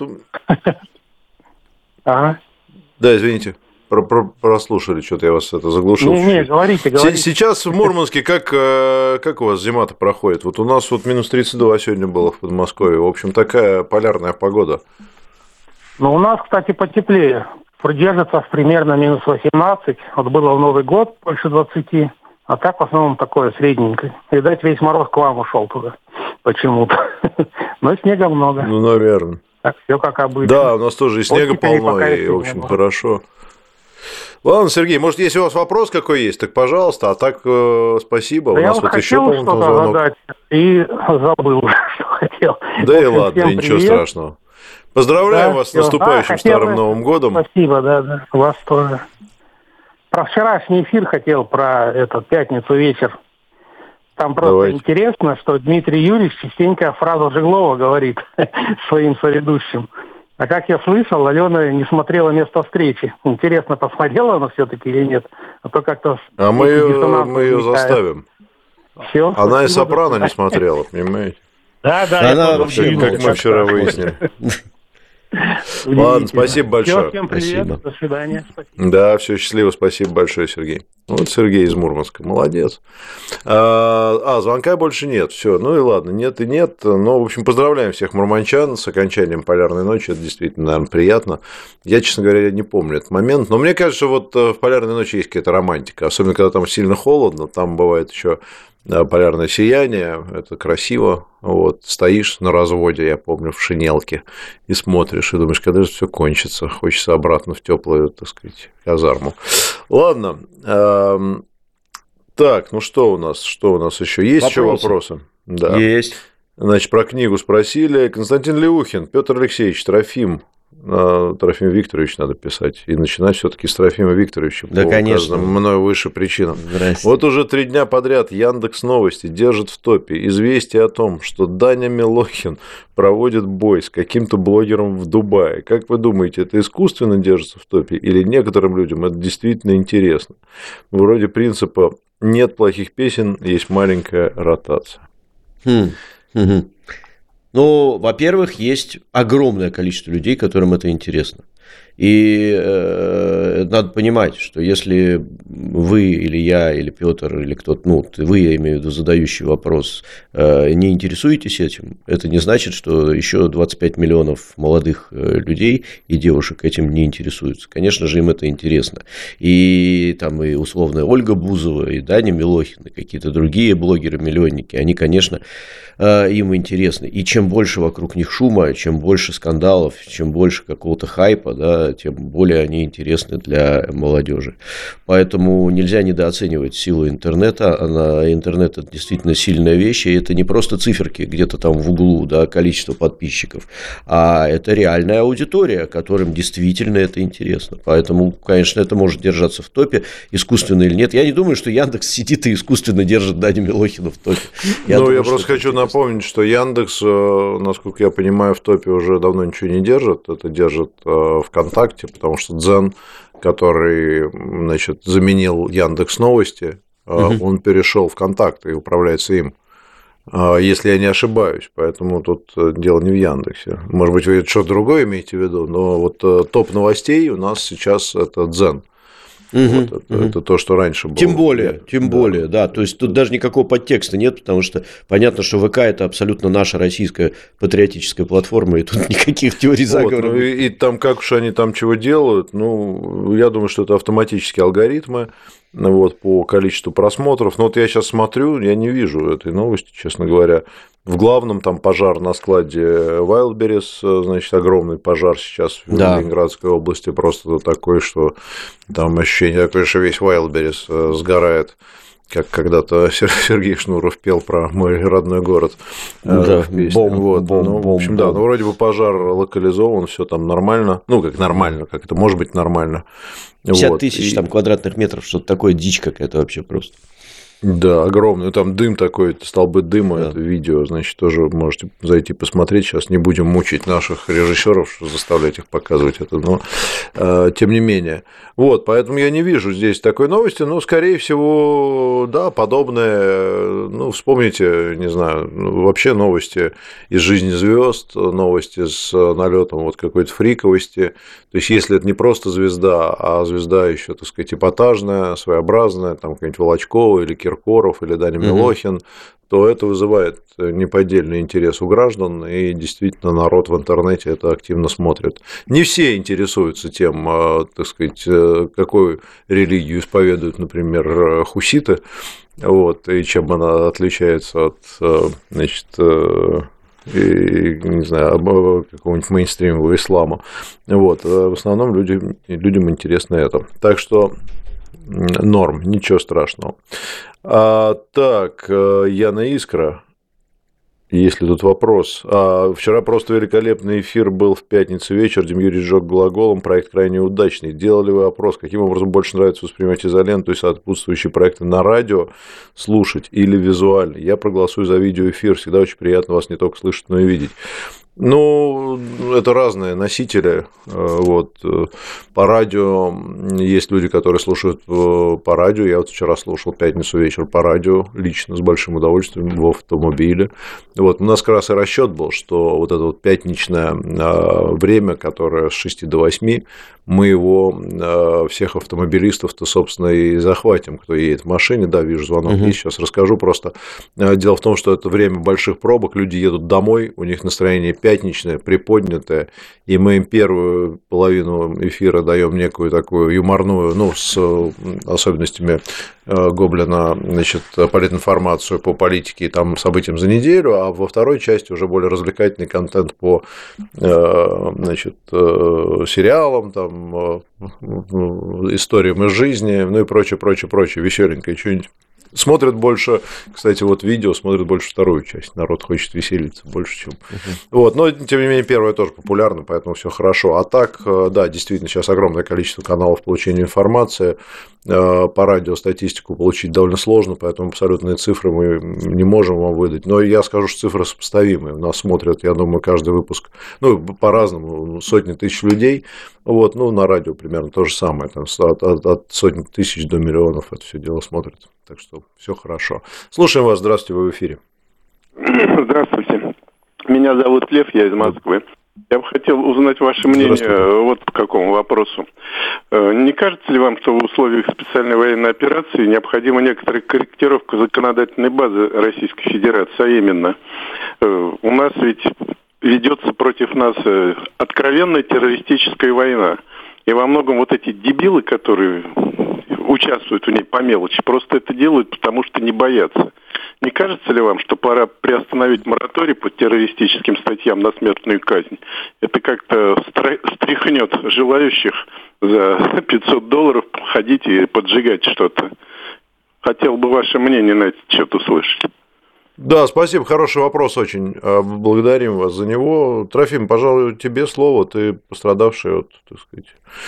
Ага. Да, извините, прослушали, что-то я вас это заглушил. Не, не, говорите, говорите. Сейчас в Мурманске как, как у вас зима-то проходит? Вот у нас вот минус тридцать два сегодня было в Подмосковье. В общем, такая полярная погода. Ну, у нас, кстати, потеплее. Продержится примерно минус восемнадцать. Вот было в Новый год больше двадцати. А так, в основном, такое средненькое. Видать, весь мороз к вам ушел туда. Почему-то. Но снега много. Ну, наверное. Так, все как обычно. Да, у нас тоже и снега полно, и, в общем, хорошо. Ладно, Сергей, может, если у вас вопрос какой есть, так пожалуйста, а так э, спасибо. Да у нас я вот хотел еще, по-моему, что-то звонок. задать и забыл, что хотел. Да и общем, ладно, ничего привет. страшного. Поздравляем Да, вас все. с наступающим а, хотел... Старым Новым годом. Спасибо, да, да, вас тоже. Про вчерашний эфир хотел, про этот пятницу вечер. Там просто Давайте. Интересно, что Дмитрий Юрьевич частенько фразу Жеглова говорит своим соведущим. А как я слышал, Алена не смотрела место встречи. Интересно, посмотрела она все-таки или нет? А то как-то... А мы ее, мы ее заставим. Все. Она и «Сопрано» не смотрела, понимаете? Да, да. Она вообще, как мы вчера выяснили. Ладно, спасибо большое. Всем привет, Спасибо. до свидания. Спасибо. Да, все, счастливо, спасибо большое, Сергей. Вот Сергей из Мурманска, молодец. А, а, звонка больше нет, все, ну и ладно, нет и нет. Но, в общем, поздравляем всех мурманчан с окончанием полярной ночи, это действительно, наверное, приятно. Я, честно говоря, не помню этот момент, но мне кажется, вот в полярной ночи есть какая-то романтика, особенно когда там сильно холодно, там бывает еще полярное сияние, это красиво, вот, стоишь на разводе, я помню, в шинелке, и смотришь, и думаешь, когда же все кончится, хочется обратно в теплую, так сказать, казарму. Ладно, так, ну что у нас, что у нас еще есть? Вопросы. Еще вопросы? Да. Есть. Значит, про книгу спросили. Константин Леухин, Петр Алексеевич, Трофим. Трофим Викторович надо писать. И начинать все-таки с Трофима Викторовича. Да, по конечно. Мною выше причинам. Здрасте. Вот уже три дня подряд Яндекс Новости держит в топе известие о том, что Даня Милохин проводит бой с каким-то блогером в Дубае. Как вы думаете, это искусственно держится в топе? Или некоторым людям это действительно интересно? Вроде принципа «нет плохих песен, есть маленькая ротация». Хм. Угу. Ну, во-первых, есть огромное количество людей, которым это интересно. И э, надо понимать, что если вы или я, или Петр, или кто-то, ну, вы, я имею в виду, задающий вопрос, э, не интересуетесь этим, это не значит, что еще двадцать пять миллионов молодых людей и девушек этим не интересуются. Конечно же, им это интересно. И там и условная Ольга Бузова, и Даня Милохин, и какие-то другие блогеры-миллионники, они, конечно, э, им интересны. И чем больше вокруг них шума, чем больше скандалов, чем больше какого-то хайпа, да, тем более они интересны для молодежи. Поэтому нельзя недооценивать силу интернета. Она, интернет – это действительно сильная вещь, и это не просто циферки где-то там в углу, да, количество подписчиков, а это реальная аудитория, которым действительно это интересно. Поэтому, конечно, это может держаться в топе, искусственно или нет. Я не думаю, что Яндекс сидит и искусственно держит Даню Милохина в топе. Я, ну, думаю, я просто хочу интересно. напомнить, что Яндекс, насколько я понимаю, в топе уже давно ничего не держит. Это держит ВКонтакте, потому что Дзен, который, значит, заменил Яндекс Новости, угу. он перешел в ВКонтакт и управляется им, если я не ошибаюсь. Поэтому тут дело не в Яндексе. Может быть, вы что-то другое имеете в виду, но вот топ новостей у нас сейчас это Дзен. Угу, вот, это, угу. это то, что раньше было. Тем более, тем да. более, да. То есть тут даже никакого подтекста нет, потому что понятно, что ВК это абсолютно наша российская патриотическая платформа, и тут никаких теорий заговора. Вот, ну, и, и там как уж они там чего делают, ну, я думаю, что это автоматические алгоритмы. Вот, по количеству просмотров. Но вот я сейчас смотрю, я не вижу этой новости, честно говоря. В главном там пожар на складе Wildberries, значит, огромный пожар сейчас в да. Ленинградской области, просто такой, что там ощущение такое, что весь Wildberries сгорает, как когда-то Сергей Шнуров пел про мой родной город. Да, в песне. Бом, вот. бом, ну, в общем, бом, да, ну, вроде бы пожар локализован, все там нормально. Ну, как нормально, как это может быть нормально. пятьдесят вот. тысяч и... там квадратных метров, что-то такое, дичь какая-то вообще просто. Да, огромный. Там дым такой, столбы дыма, да. Это видео, значит, тоже можете зайти посмотреть. Сейчас не будем мучить наших режиссеров, заставлять их показывать это, но э, тем не менее. Вот, поэтому я не вижу здесь такой новости, но, скорее всего, да, подобное, ну, вспомните, не знаю, вообще новости из жизни звезд, новости с налетом вот какой-то фриковости. То есть, если это не просто звезда, а звезда еще, так сказать, эпатажная, своеобразная, там какая-нибудь Волочкова или Киркоров или Даня Милохин, mm-hmm. то это вызывает неподдельный интерес у граждан, и действительно народ в интернете это активно смотрит. Не все интересуются тем, так сказать, какую религию исповедуют, например, хуситы, вот, и чем она отличается от, значит, и, не знаю, какого-нибудь мейнстримового ислама. Вот. В основном людям, людям интересно это. Так что норм, ничего страшного. А, так, Яна Искра, если тут вопрос. А, вчера просто великолепный эфир был в пятницу вечер. Дим Юрьевич сжёг глаголом. Проект крайне удачный. Делали вы опрос, каким образом больше нравится воспринимать изоленту и сопутствующие проекты на радио, слушать или визуально? Я проголосую за видеоэфир. Всегда очень приятно вас не только слышать, но и видеть. Ну, это разные носители. Вот. По радио есть люди, которые слушают по радио. Я вот вчера слушал «Пятницу вечер» по радио лично, с большим удовольствием, в автомобиле. Вот. У нас как раз и расчет был, что вот это вот пятничное время, которое с шести до восьми, мы его, всех автомобилистов-то, собственно, и захватим, кто едет в машине. Да, вижу звонок, угу. Сейчас расскажу просто. Дело в том, что это время больших пробок, люди едут домой, у них настроение пятничное, приподнятое, и мы им первую половину эфира даем некую такую юморную, ну, с особенностями Гоблина, значит, политинформацию по политике и там событиям за неделю, а во второй части уже более развлекательный контент по, значит, сериалам, там, историям из жизни, ну и прочее, прочее, прочее, веселенькое что-нибудь. Смотрят больше, кстати, вот видео смотрят больше вторую часть. Народ хочет веселиться больше, чем. Uh-huh. Вот, но, тем не менее, первая тоже популярна, поэтому все хорошо. А так, да, действительно, сейчас огромное количество каналов получения информации. По радио статистику получить довольно сложно, поэтому абсолютные цифры мы не можем вам выдать. Но я скажу, что цифры сопоставимые. Нас смотрят, я думаю, каждый выпуск, ну, по-разному, сотни тысяч людей. Вот, ну, на радио примерно то же самое. Там, от, от, от сотни тысяч до миллионов это все дело смотрят. Так что все хорошо. Слушаем вас. Здравствуйте, вы в эфире. Здравствуйте. Меня зовут Лев, я из Москвы. Я бы хотел узнать ваше мнение вот по какому вопросу. Не кажется ли вам, что в условиях специальной военной операции необходима некоторая корректировка законодательной базы Российской Федерации, а именно, у нас ведь ведется против нас откровенная террористическая война, и во многом вот эти дебилы, которые участвуют в ней по мелочи, просто это делают, потому что не боятся. Не кажется ли вам, что пора приостановить мораторий по террористическим статьям на смертную казнь? Это как-то стряхнет желающих за пятьсот долларов ходить и поджигать что-то. Хотел бы ваше мнение на этот счет услышать. Да, спасибо, хороший вопрос очень. Благодарим вас за него. Трофим, пожалуй, тебе слово, ты пострадавший от, так сказать...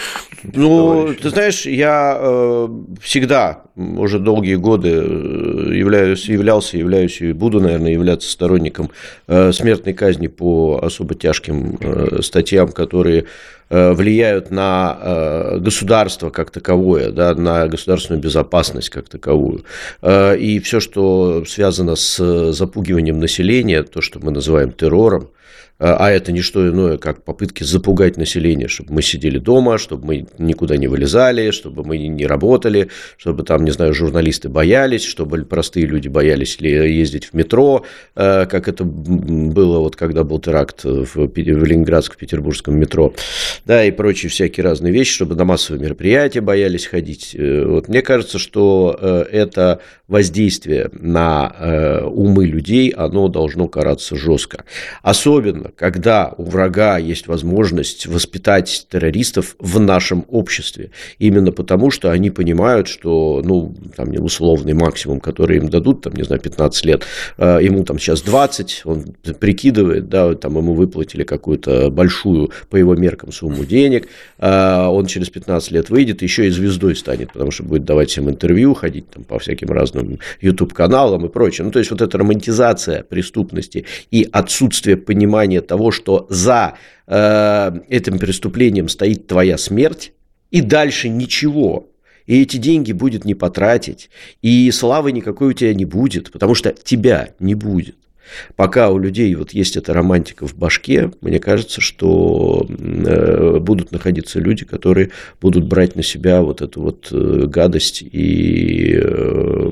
Ну, товарищей. Ты знаешь, я э, всегда, уже долгие годы являюсь, являлся, являюсь и буду, наверное, являться сторонником э, смертной казни по особо тяжким э, статьям, которые э, влияют на э, государство как таковое, да, на государственную безопасность как таковую. Э, и все, что связано с запугиванием населения, то, что мы называем террором, а это не что иное, как попытки запугать население, чтобы мы сидели дома, чтобы мы никуда не вылезали, чтобы мы не работали, чтобы там, не знаю, журналисты боялись, чтобы простые люди боялись ездить в метро, как это было, вот, когда был теракт в Ленинградско-Петербургском метро, да, и прочие всякие разные вещи, чтобы на массовые мероприятия боялись ходить. Вот, мне кажется, что это воздействие на умы людей, оно должно караться жестко. Особенно когда у врага есть возможность воспитать террористов в нашем обществе. Именно потому, что они понимают, что, ну, там, условный максимум, который им дадут, там, не знаю, пятнадцать лет, ему там сейчас двадцать, он прикидывает, да, там ему выплатили какую-то большую, по его меркам, сумму денег, он через пятнадцать лет выйдет, еще и звездой станет, потому что будет давать всем интервью, ходить там по всяким разным YouTube-каналам и прочее. Ну, то есть, вот эта романтизация преступности и отсутствие понимания того, что за э, этим преступлением стоит твоя смерть, и дальше ничего. И эти деньги будет не потратить, и славы никакой у тебя не будет, потому что тебя не будет. Пока у людей вот есть эта романтика в башке, мне кажется, что э, будут находиться люди, которые будут брать на себя вот эту вот э, гадость и э,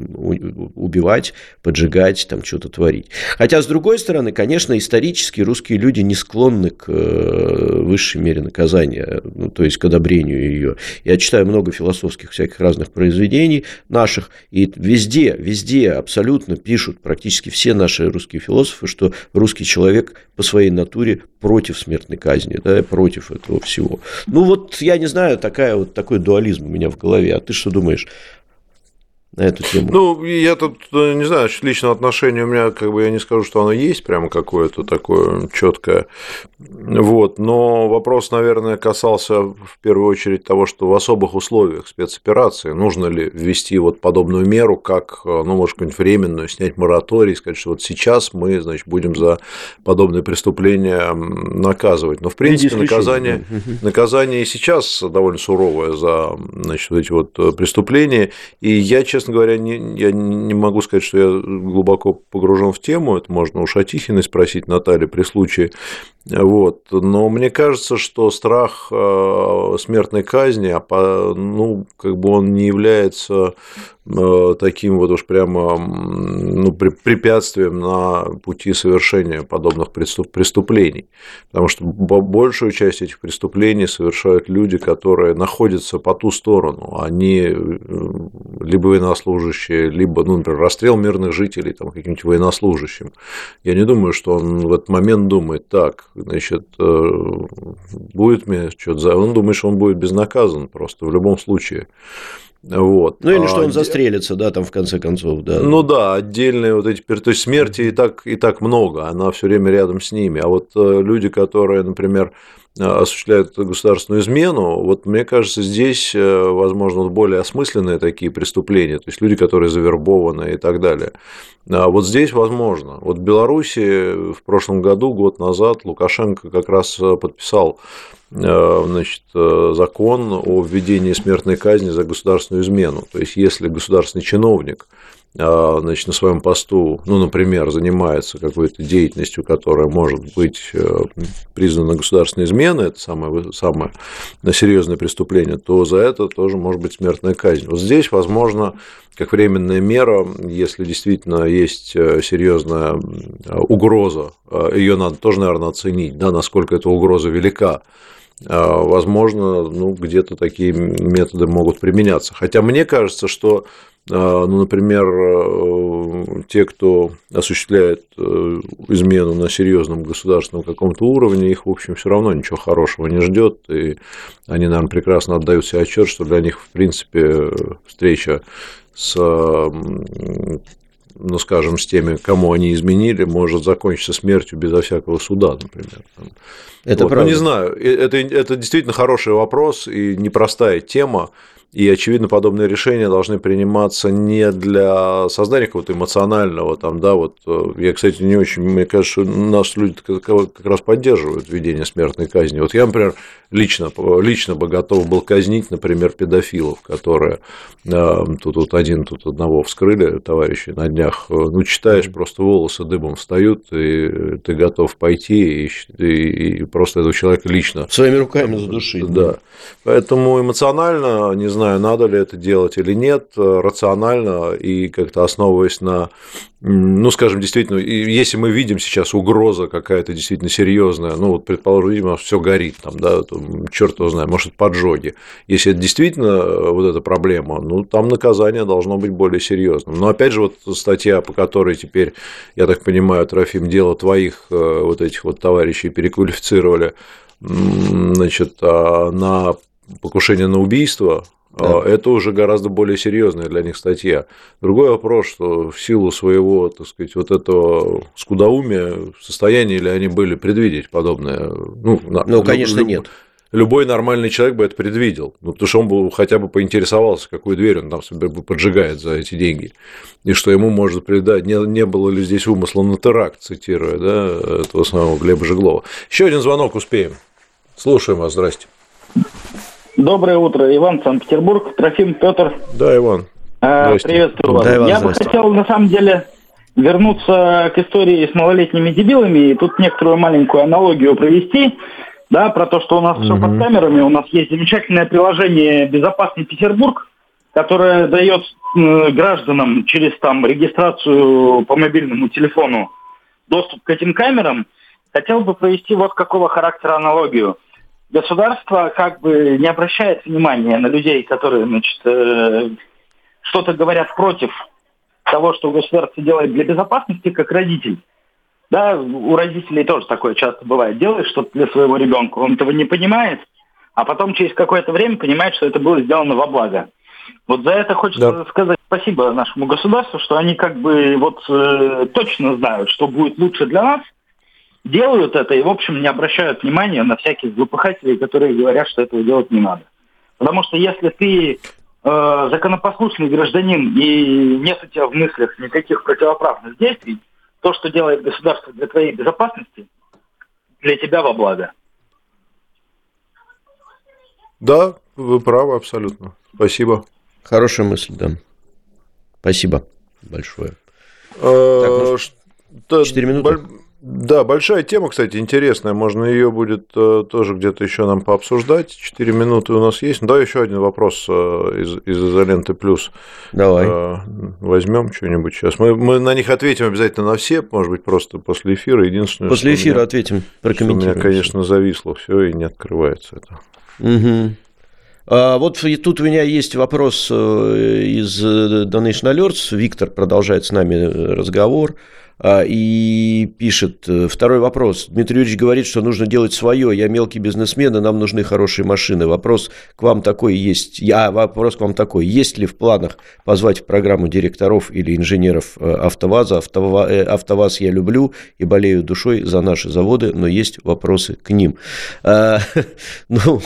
убивать, поджигать, там что-то творить. Хотя, с другой стороны, конечно, исторически русские люди не склонны к э, высшей мере наказания, ну, то есть к одобрению ее. Я читаю много философских всяких разных произведений наших, и везде, везде абсолютно пишут практически все наши русские философы, что русский человек по своей натуре против смертной казни, да, против этого всего. Ну, вот, я не знаю, такая, вот такой дуализм у меня в голове. А ты что думаешь? на эту тему? Ну, я тут не знаю, личного отношения у меня, как бы я не скажу, что оно есть прямо какое-то такое четкое. Вот. Но вопрос, наверное, касался в первую очередь того, что в особых условиях спецоперации нужно ли ввести вот подобную меру, как, ну, может, какую-нибудь временную, снять мораторий, сказать, что вот сейчас мы, значит, будем за подобные преступления наказывать. Но, в принципе, наказание, наказание и сейчас довольно суровое за, значит, эти вот преступления. И я, честно говоря, не, я не могу сказать, что я глубоко погружен в тему. Это можно у Шатихиной спросить, Натальи, при случае. Вот. Но мне кажется, что страх смертной казни, ну, как бы он не является таким вот уж прямо, ну, препятствием на пути совершения подобных преступлений. Потому что большую часть этих преступлений совершают люди, которые находятся по ту сторону. Они либо военнослужащие, либо, ну, например, расстрел мирных жителей там, каким-нибудь военнослужащим. Я не думаю, что он в этот момент думает, так, значит, будет мне что-то за... Он думает, что он будет безнаказан просто в любом случае. Вот. Ну, или что он застрелится, да, там в конце концов, да. Ну да, отдельные вот эти, то есть смерти и так, и так много, она все время рядом с ними. А вот люди, которые, например, осуществляют государственную измену, вот мне кажется, здесь, возможно, более осмысленные такие преступления, то есть люди, которые завербованы и так далее. А вот здесь возможно. Вот в Беларуси в прошлом году, год назад, Лукашенко как раз подписал, значит, закон о введении смертной казни за государственную измену. То есть, если государственный чиновник, значит, на своем посту, ну, например, занимается какой-то деятельностью, которая может быть признана государственной изменой, это самое, самое серьезное преступление, то за это тоже может быть смертная казнь. Вот здесь, возможно, как временная мера, если действительно есть серьезная угроза, ее надо тоже, наверное, оценить, да, насколько эта угроза велика. Возможно, ну, где-то такие методы могут применяться. Хотя мне кажется, что, ну, например, те, кто осуществляет измену на серьезном государственном каком-то уровне, их, в общем, все равно ничего хорошего не ждет, и они, наверное, прекрасно отдают себе отчет, что для них, в принципе, встреча с, ну, скажем, с теми, кому они изменили, может закончиться смертью безо всякого суда, например. Это вот. Правда. Ну, не знаю, это, это действительно хороший вопрос и непростая тема. И, очевидно, подобные решения должны приниматься не для создания какого-то эмоционального, там, да, вот, я, кстати, не очень, мне кажется, что наши люди как раз поддерживают введение смертной казни. Вот я, например, лично, лично бы готов был казнить, например, педофилов, которые тут вот один, тут одного вскрыли, товарищи, на днях, ну, читаешь, просто волосы дыбом встают, и ты готов пойти и, и, и просто этого человека лично... Своими руками задушить. Да, поэтому эмоционально, не знаю, знаю, надо ли это делать или нет, рационально и как-то основываясь на, ну, скажем, действительно, если мы видим сейчас угроза какая-то действительно серьезная, ну, вот, предположим, видимо, все горит, там, да, черт его знает, может, поджоги. Если это действительно вот эта проблема, ну, там наказание должно быть более серьезным. Но, опять же, вот статья, по которой теперь, я так понимаю, Трофим, дело твоих вот этих вот товарищей переквалифицировали, значит, на покушение на убийство, да. Это уже гораздо более серьезная для них статья. Другой вопрос, что в силу своего, так сказать, вот этого скудоумия, в состоянии ли они были предвидеть подобное? Ну, ну конечно, люб, нет. Любой нормальный человек бы это предвидел, ну, потому что он бы хотя бы поинтересовался, какую дверь он там себе поджигает за эти деньги, и что ему может придать, не, не было ли здесь умысла на теракт, цитируя, да, этого самого Глеба Жеглова. Еще один звонок успеем. Слушаем вас, здрасте. Доброе утро, Иван, Санкт-Петербург, Трофим, Петр. Да, Иван. Приветствую вас. Да, Иван, Я бы хотел, на самом деле, вернуться к истории с малолетними дебилами и тут некоторую маленькую аналогию провести, да, про то, что у нас угу. все под камерами. У нас есть замечательное приложение «Безопасный Петербург», которое дает гражданам через там регистрацию по мобильному телефону доступ к этим камерам. Хотел бы провести вот какого характера аналогию. Государство как бы не обращает внимания на людей, которые, значит, э, что-то говорят против того, что государство делает для безопасности, как родитель. Да, у родителей тоже такое часто бывает. Делаешь что-то для своего ребенка, он этого не понимает, а потом через какое-то время понимает, что это было сделано во благо. Вот за это хочется да. сказать, спасибо нашему государству, что они как бы вот э, точно знают, что будет лучше для нас, делают это и, в общем, не обращают внимания на всяких злопыхателей, которые говорят, что этого делать не надо. Потому что если ты э, законопослушный гражданин и нет у тебя в мыслях никаких противоправных действий, то, что делает государство для твоей безопасности, для тебя во благо. Да, вы правы абсолютно. Спасибо. Хорошая мысль, да. Спасибо большое. Четыре минуты. Да, большая тема, кстати, интересная. Можно ее будет тоже где-то еще нам пообсуждать. Четыре минуты у нас есть. Да, еще один вопрос из, из изоленты плюс. Давай. Возьмем что-нибудь сейчас. Мы, мы на них ответим обязательно на все, может быть, просто после эфира. Единственное, после эфира меня, ответим, прокомментируем. У меня, конечно, зависло все и не открывается это. Угу. А вот тут у меня есть вопрос из Donation Alerts. Виктор продолжает с нами разговор. И пишет, второй вопрос. Дмитрий Юрьевич говорит, что нужно делать свое. Я мелкий бизнесмен, и нам нужны хорошие машины. Вопрос к вам такой есть. Я, вопрос к вам такой. Есть ли в планах позвать в программу директоров или инженеров АвтоВАЗа? АвтоВАЗ я люблю и болею душой за наши заводы, но есть вопросы к ним. А, ну,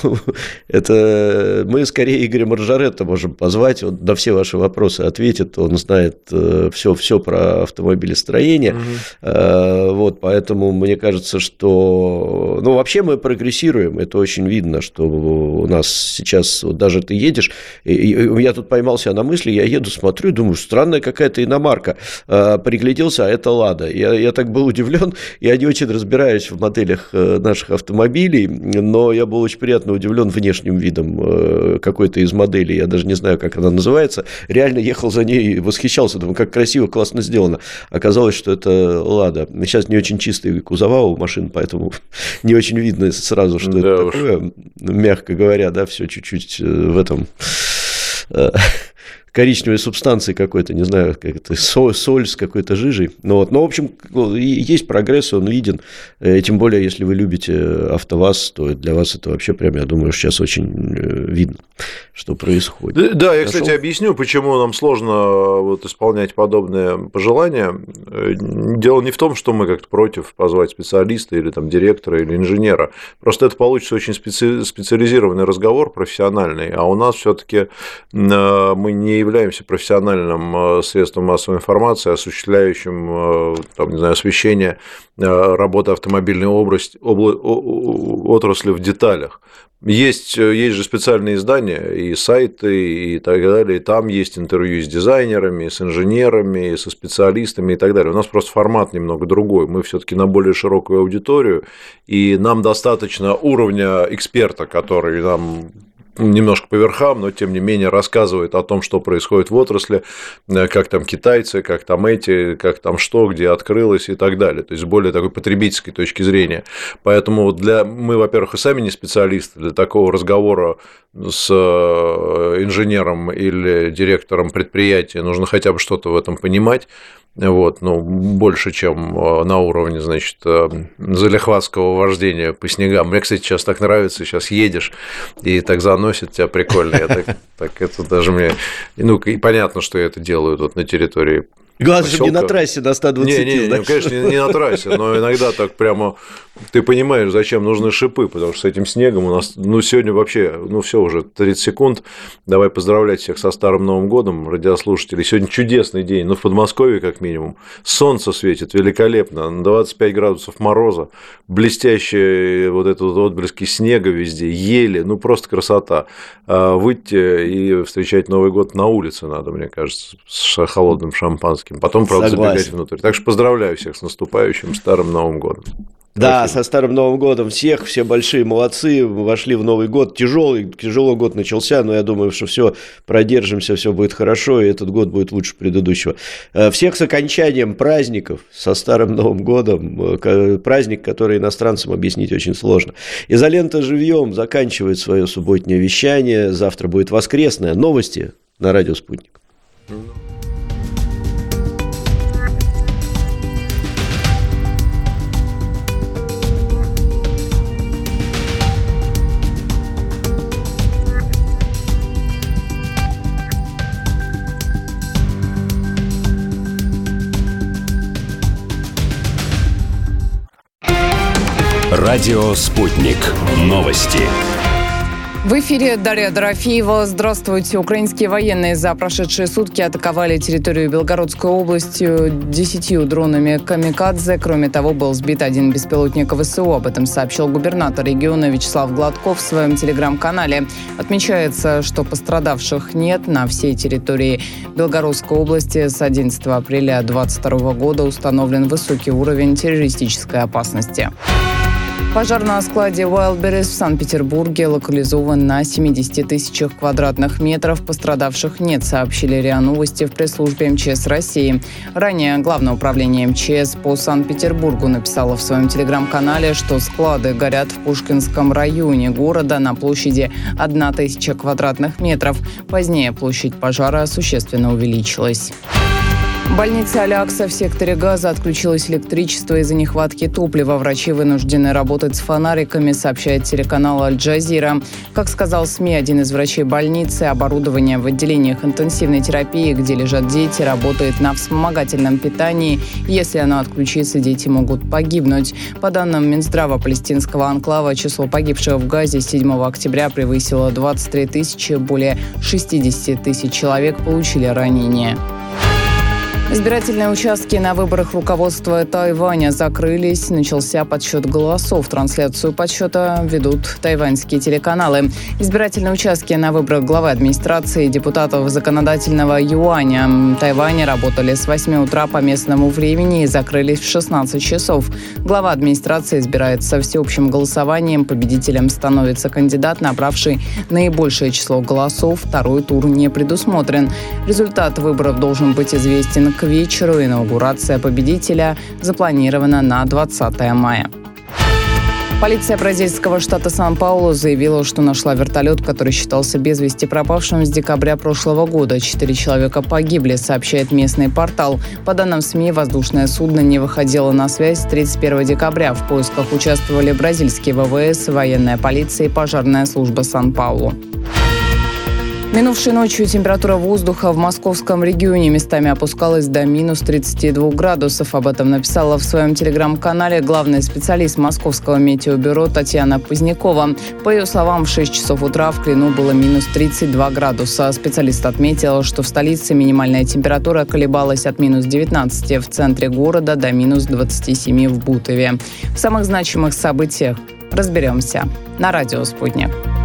это мы скорее Игоря Маржаретта можем позвать. Он на все ваши вопросы ответит. Он знает все, все про автомобилестроение. Uh-huh. Вот, поэтому мне кажется, что... Ну, вообще мы прогрессируем, это очень видно, что у нас сейчас вот даже ты едешь, и я тут поймался на мысли, я еду, смотрю, думаю, странная какая-то иномарка. Пригляделся, а это «Лада». Я, я так был удивлен, я не очень разбираюсь в моделях наших автомобилей, но я был очень приятно удивлен внешним видом какой-то из моделей, я даже не знаю, как она называется, реально ехал за ней и восхищался, думаю, как красиво, классно сделано. Оказалось, что это «Лада». Сейчас не очень чистые кузова у машин, поэтому не очень видно сразу, что да это уж. Такое. Мягко говоря, да, все чуть-чуть в этом... коричневой субстанции какой-то, не знаю, как это, соль, соль с какой-то жижей. Ну, вот. Но, в общем, есть прогресс, он виден. И тем более, если вы любите АвтоВАЗ, то для вас это вообще прям, я думаю, сейчас очень видно, что происходит. Да, да, я, кстати, объясню, почему нам сложно вот исполнять подобные пожелания. Дело не в том, что мы как-то против позвать специалиста или там директора или инженера. Просто это получится очень специ... специализированный разговор, профессиональный, а у нас все-таки мы не являемся профессиональным средством массовой информации, осуществляющим там, не знаю, освещение работы автомобильной области, обла... отрасли в деталях. Есть, есть же специальные издания и сайты и так далее, и там есть интервью с дизайнерами, с инженерами, со специалистами и так далее. У нас просто формат немного другой, мы все-таки на более широкую аудиторию, и нам достаточно уровня эксперта, который нам немножко по верхам, но тем не менее рассказывает о том, что происходит в отрасли, как там китайцы, как там эти, как там что, где открылось и так далее. То есть с более такой потребительской точки зрения. Поэтому для... мы, во-первых, и сами не специалисты, для такого разговора с инженером или директором предприятия нужно хотя бы что-то в этом понимать. Вот, ну, больше, чем на уровне, значит, залихватского вождения по снегам. Мне, кстати, сейчас так нравится, сейчас едешь, и так заносит тебя прикольно. Я так, так это даже мне... Ну, и понятно, что я это делаю тут на территории. Главное, чтобы не на трассе до ста двадцати. Не, не, не, конечно, не, не на трассе, но иногда так прямо ты понимаешь, зачем нужны шипы, потому что с этим снегом у нас, ну, сегодня вообще, ну, все уже тридцать секунд. Давай поздравлять всех со Старым Новым годом, радиослушателей. Сегодня чудесный день, ну, в Подмосковье, как минимум. Солнце светит великолепно, двадцать пять градусов мороза, блестящие вот эти вот отблески снега везде, ели, ну, просто красота. Выйти и встречать Новый год на улице надо, мне кажется, с холодным шампанским. Потом, правда, Согласен. Забегать внутрь. Так что поздравляю всех с наступающим Старым Новым годом. Да, Спасибо. Со Старым Новым годом всех, все большие молодцы, вошли в Новый год, тяжелый, тяжелый год начался, но я думаю, что все продержимся, все будет хорошо, и этот год будет лучше предыдущего. Всех с окончанием праздников, со Старым Новым годом, праздник, который иностранцам объяснить очень сложно. Изолента живьем заканчивает свое субботнее вещание, завтра будет воскресное, новости на радио «Спутник». Радио «Спутник». Новости. В эфире Дарья Дорофеева. Здравствуйте. Украинские военные за прошедшие сутки атаковали территорию Белгородской области десятью дронами «Камикадзе». Кроме того, был сбит один беспилотник ВСУ. Об этом сообщил губернатор региона Вячеслав Гладков в своем телеграм-канале. Отмечается, что пострадавших нет на всей территории Белгородской области. С одиннадцатого апреля две тысячи двадцать второго года установлен высокий уровень террористической опасности. Пожар на складе Wildberries в Санкт-Петербурге локализован на семидесяти тысячах квадратных метров. Пострадавших нет, сообщили РИА Новости в пресс-службе МЧС России. Ранее Главное управление МЧС по Санкт-Петербургу написало в своем телеграм-канале, что склады горят в Пушкинском районе города на площади одна тысяча квадратных метров. Позднее площадь пожара существенно увеличилась. В больнице Алякса в секторе Газа отключилось электричество из-за нехватки топлива. Врачи вынуждены работать с фонариками, сообщает телеканал Аль-Джазира. Как сказал СМИ один из врачей больницы, оборудование в отделениях интенсивной терапии, где лежат дети, работает на вспомогательном питании. Если оно отключится, дети могут погибнуть. По данным Минздрава палестинского анклава, число погибших в Газе с седьмого октября превысило двадцать три тысячи, более шестьдесят тысяч человек получили ранения. Избирательные участки на выборах руководства Тайваня закрылись. Начался подсчет голосов. Трансляцию подсчета ведут тайваньские телеканалы. Избирательные участки на выборах главы администрации и депутатов законодательного юаня Тайваня работали с восьми утра по местному времени и закрылись в шестнадцать часов. Глава администрации избирается всеобщим голосованием. Победителем становится кандидат, набравший наибольшее число голосов. Второй тур не предусмотрен. Результат выборов должен быть известен к вечеру. Инаугурация победителя запланирована на двадцатое мая. Полиция бразильского штата Сан-Паулу заявила, что нашла вертолет, который считался без вести пропавшим с декабря прошлого года. Четыре человека погибли, сообщает местный портал. По данным СМИ, воздушное судно не выходило на связь с тридцать первого декабря. В поисках участвовали бразильские ВВС, военная полиция и пожарная служба Сан-Паулу. Минувшей ночью температура воздуха в московском регионе местами опускалась до минус тридцати двух градусов. Об этом написала в своем телеграм-канале главный специалист Московского метеобюро Татьяна Позднякова. По ее словам, в шесть часов утра в Клину было минус тридцать два градуса. Специалист отметил, что в столице минимальная температура колебалась от минус девятнадцати в центре города до минус двадцати семи в Бутове. В самых значимых событиях разберемся на радио «Спутник».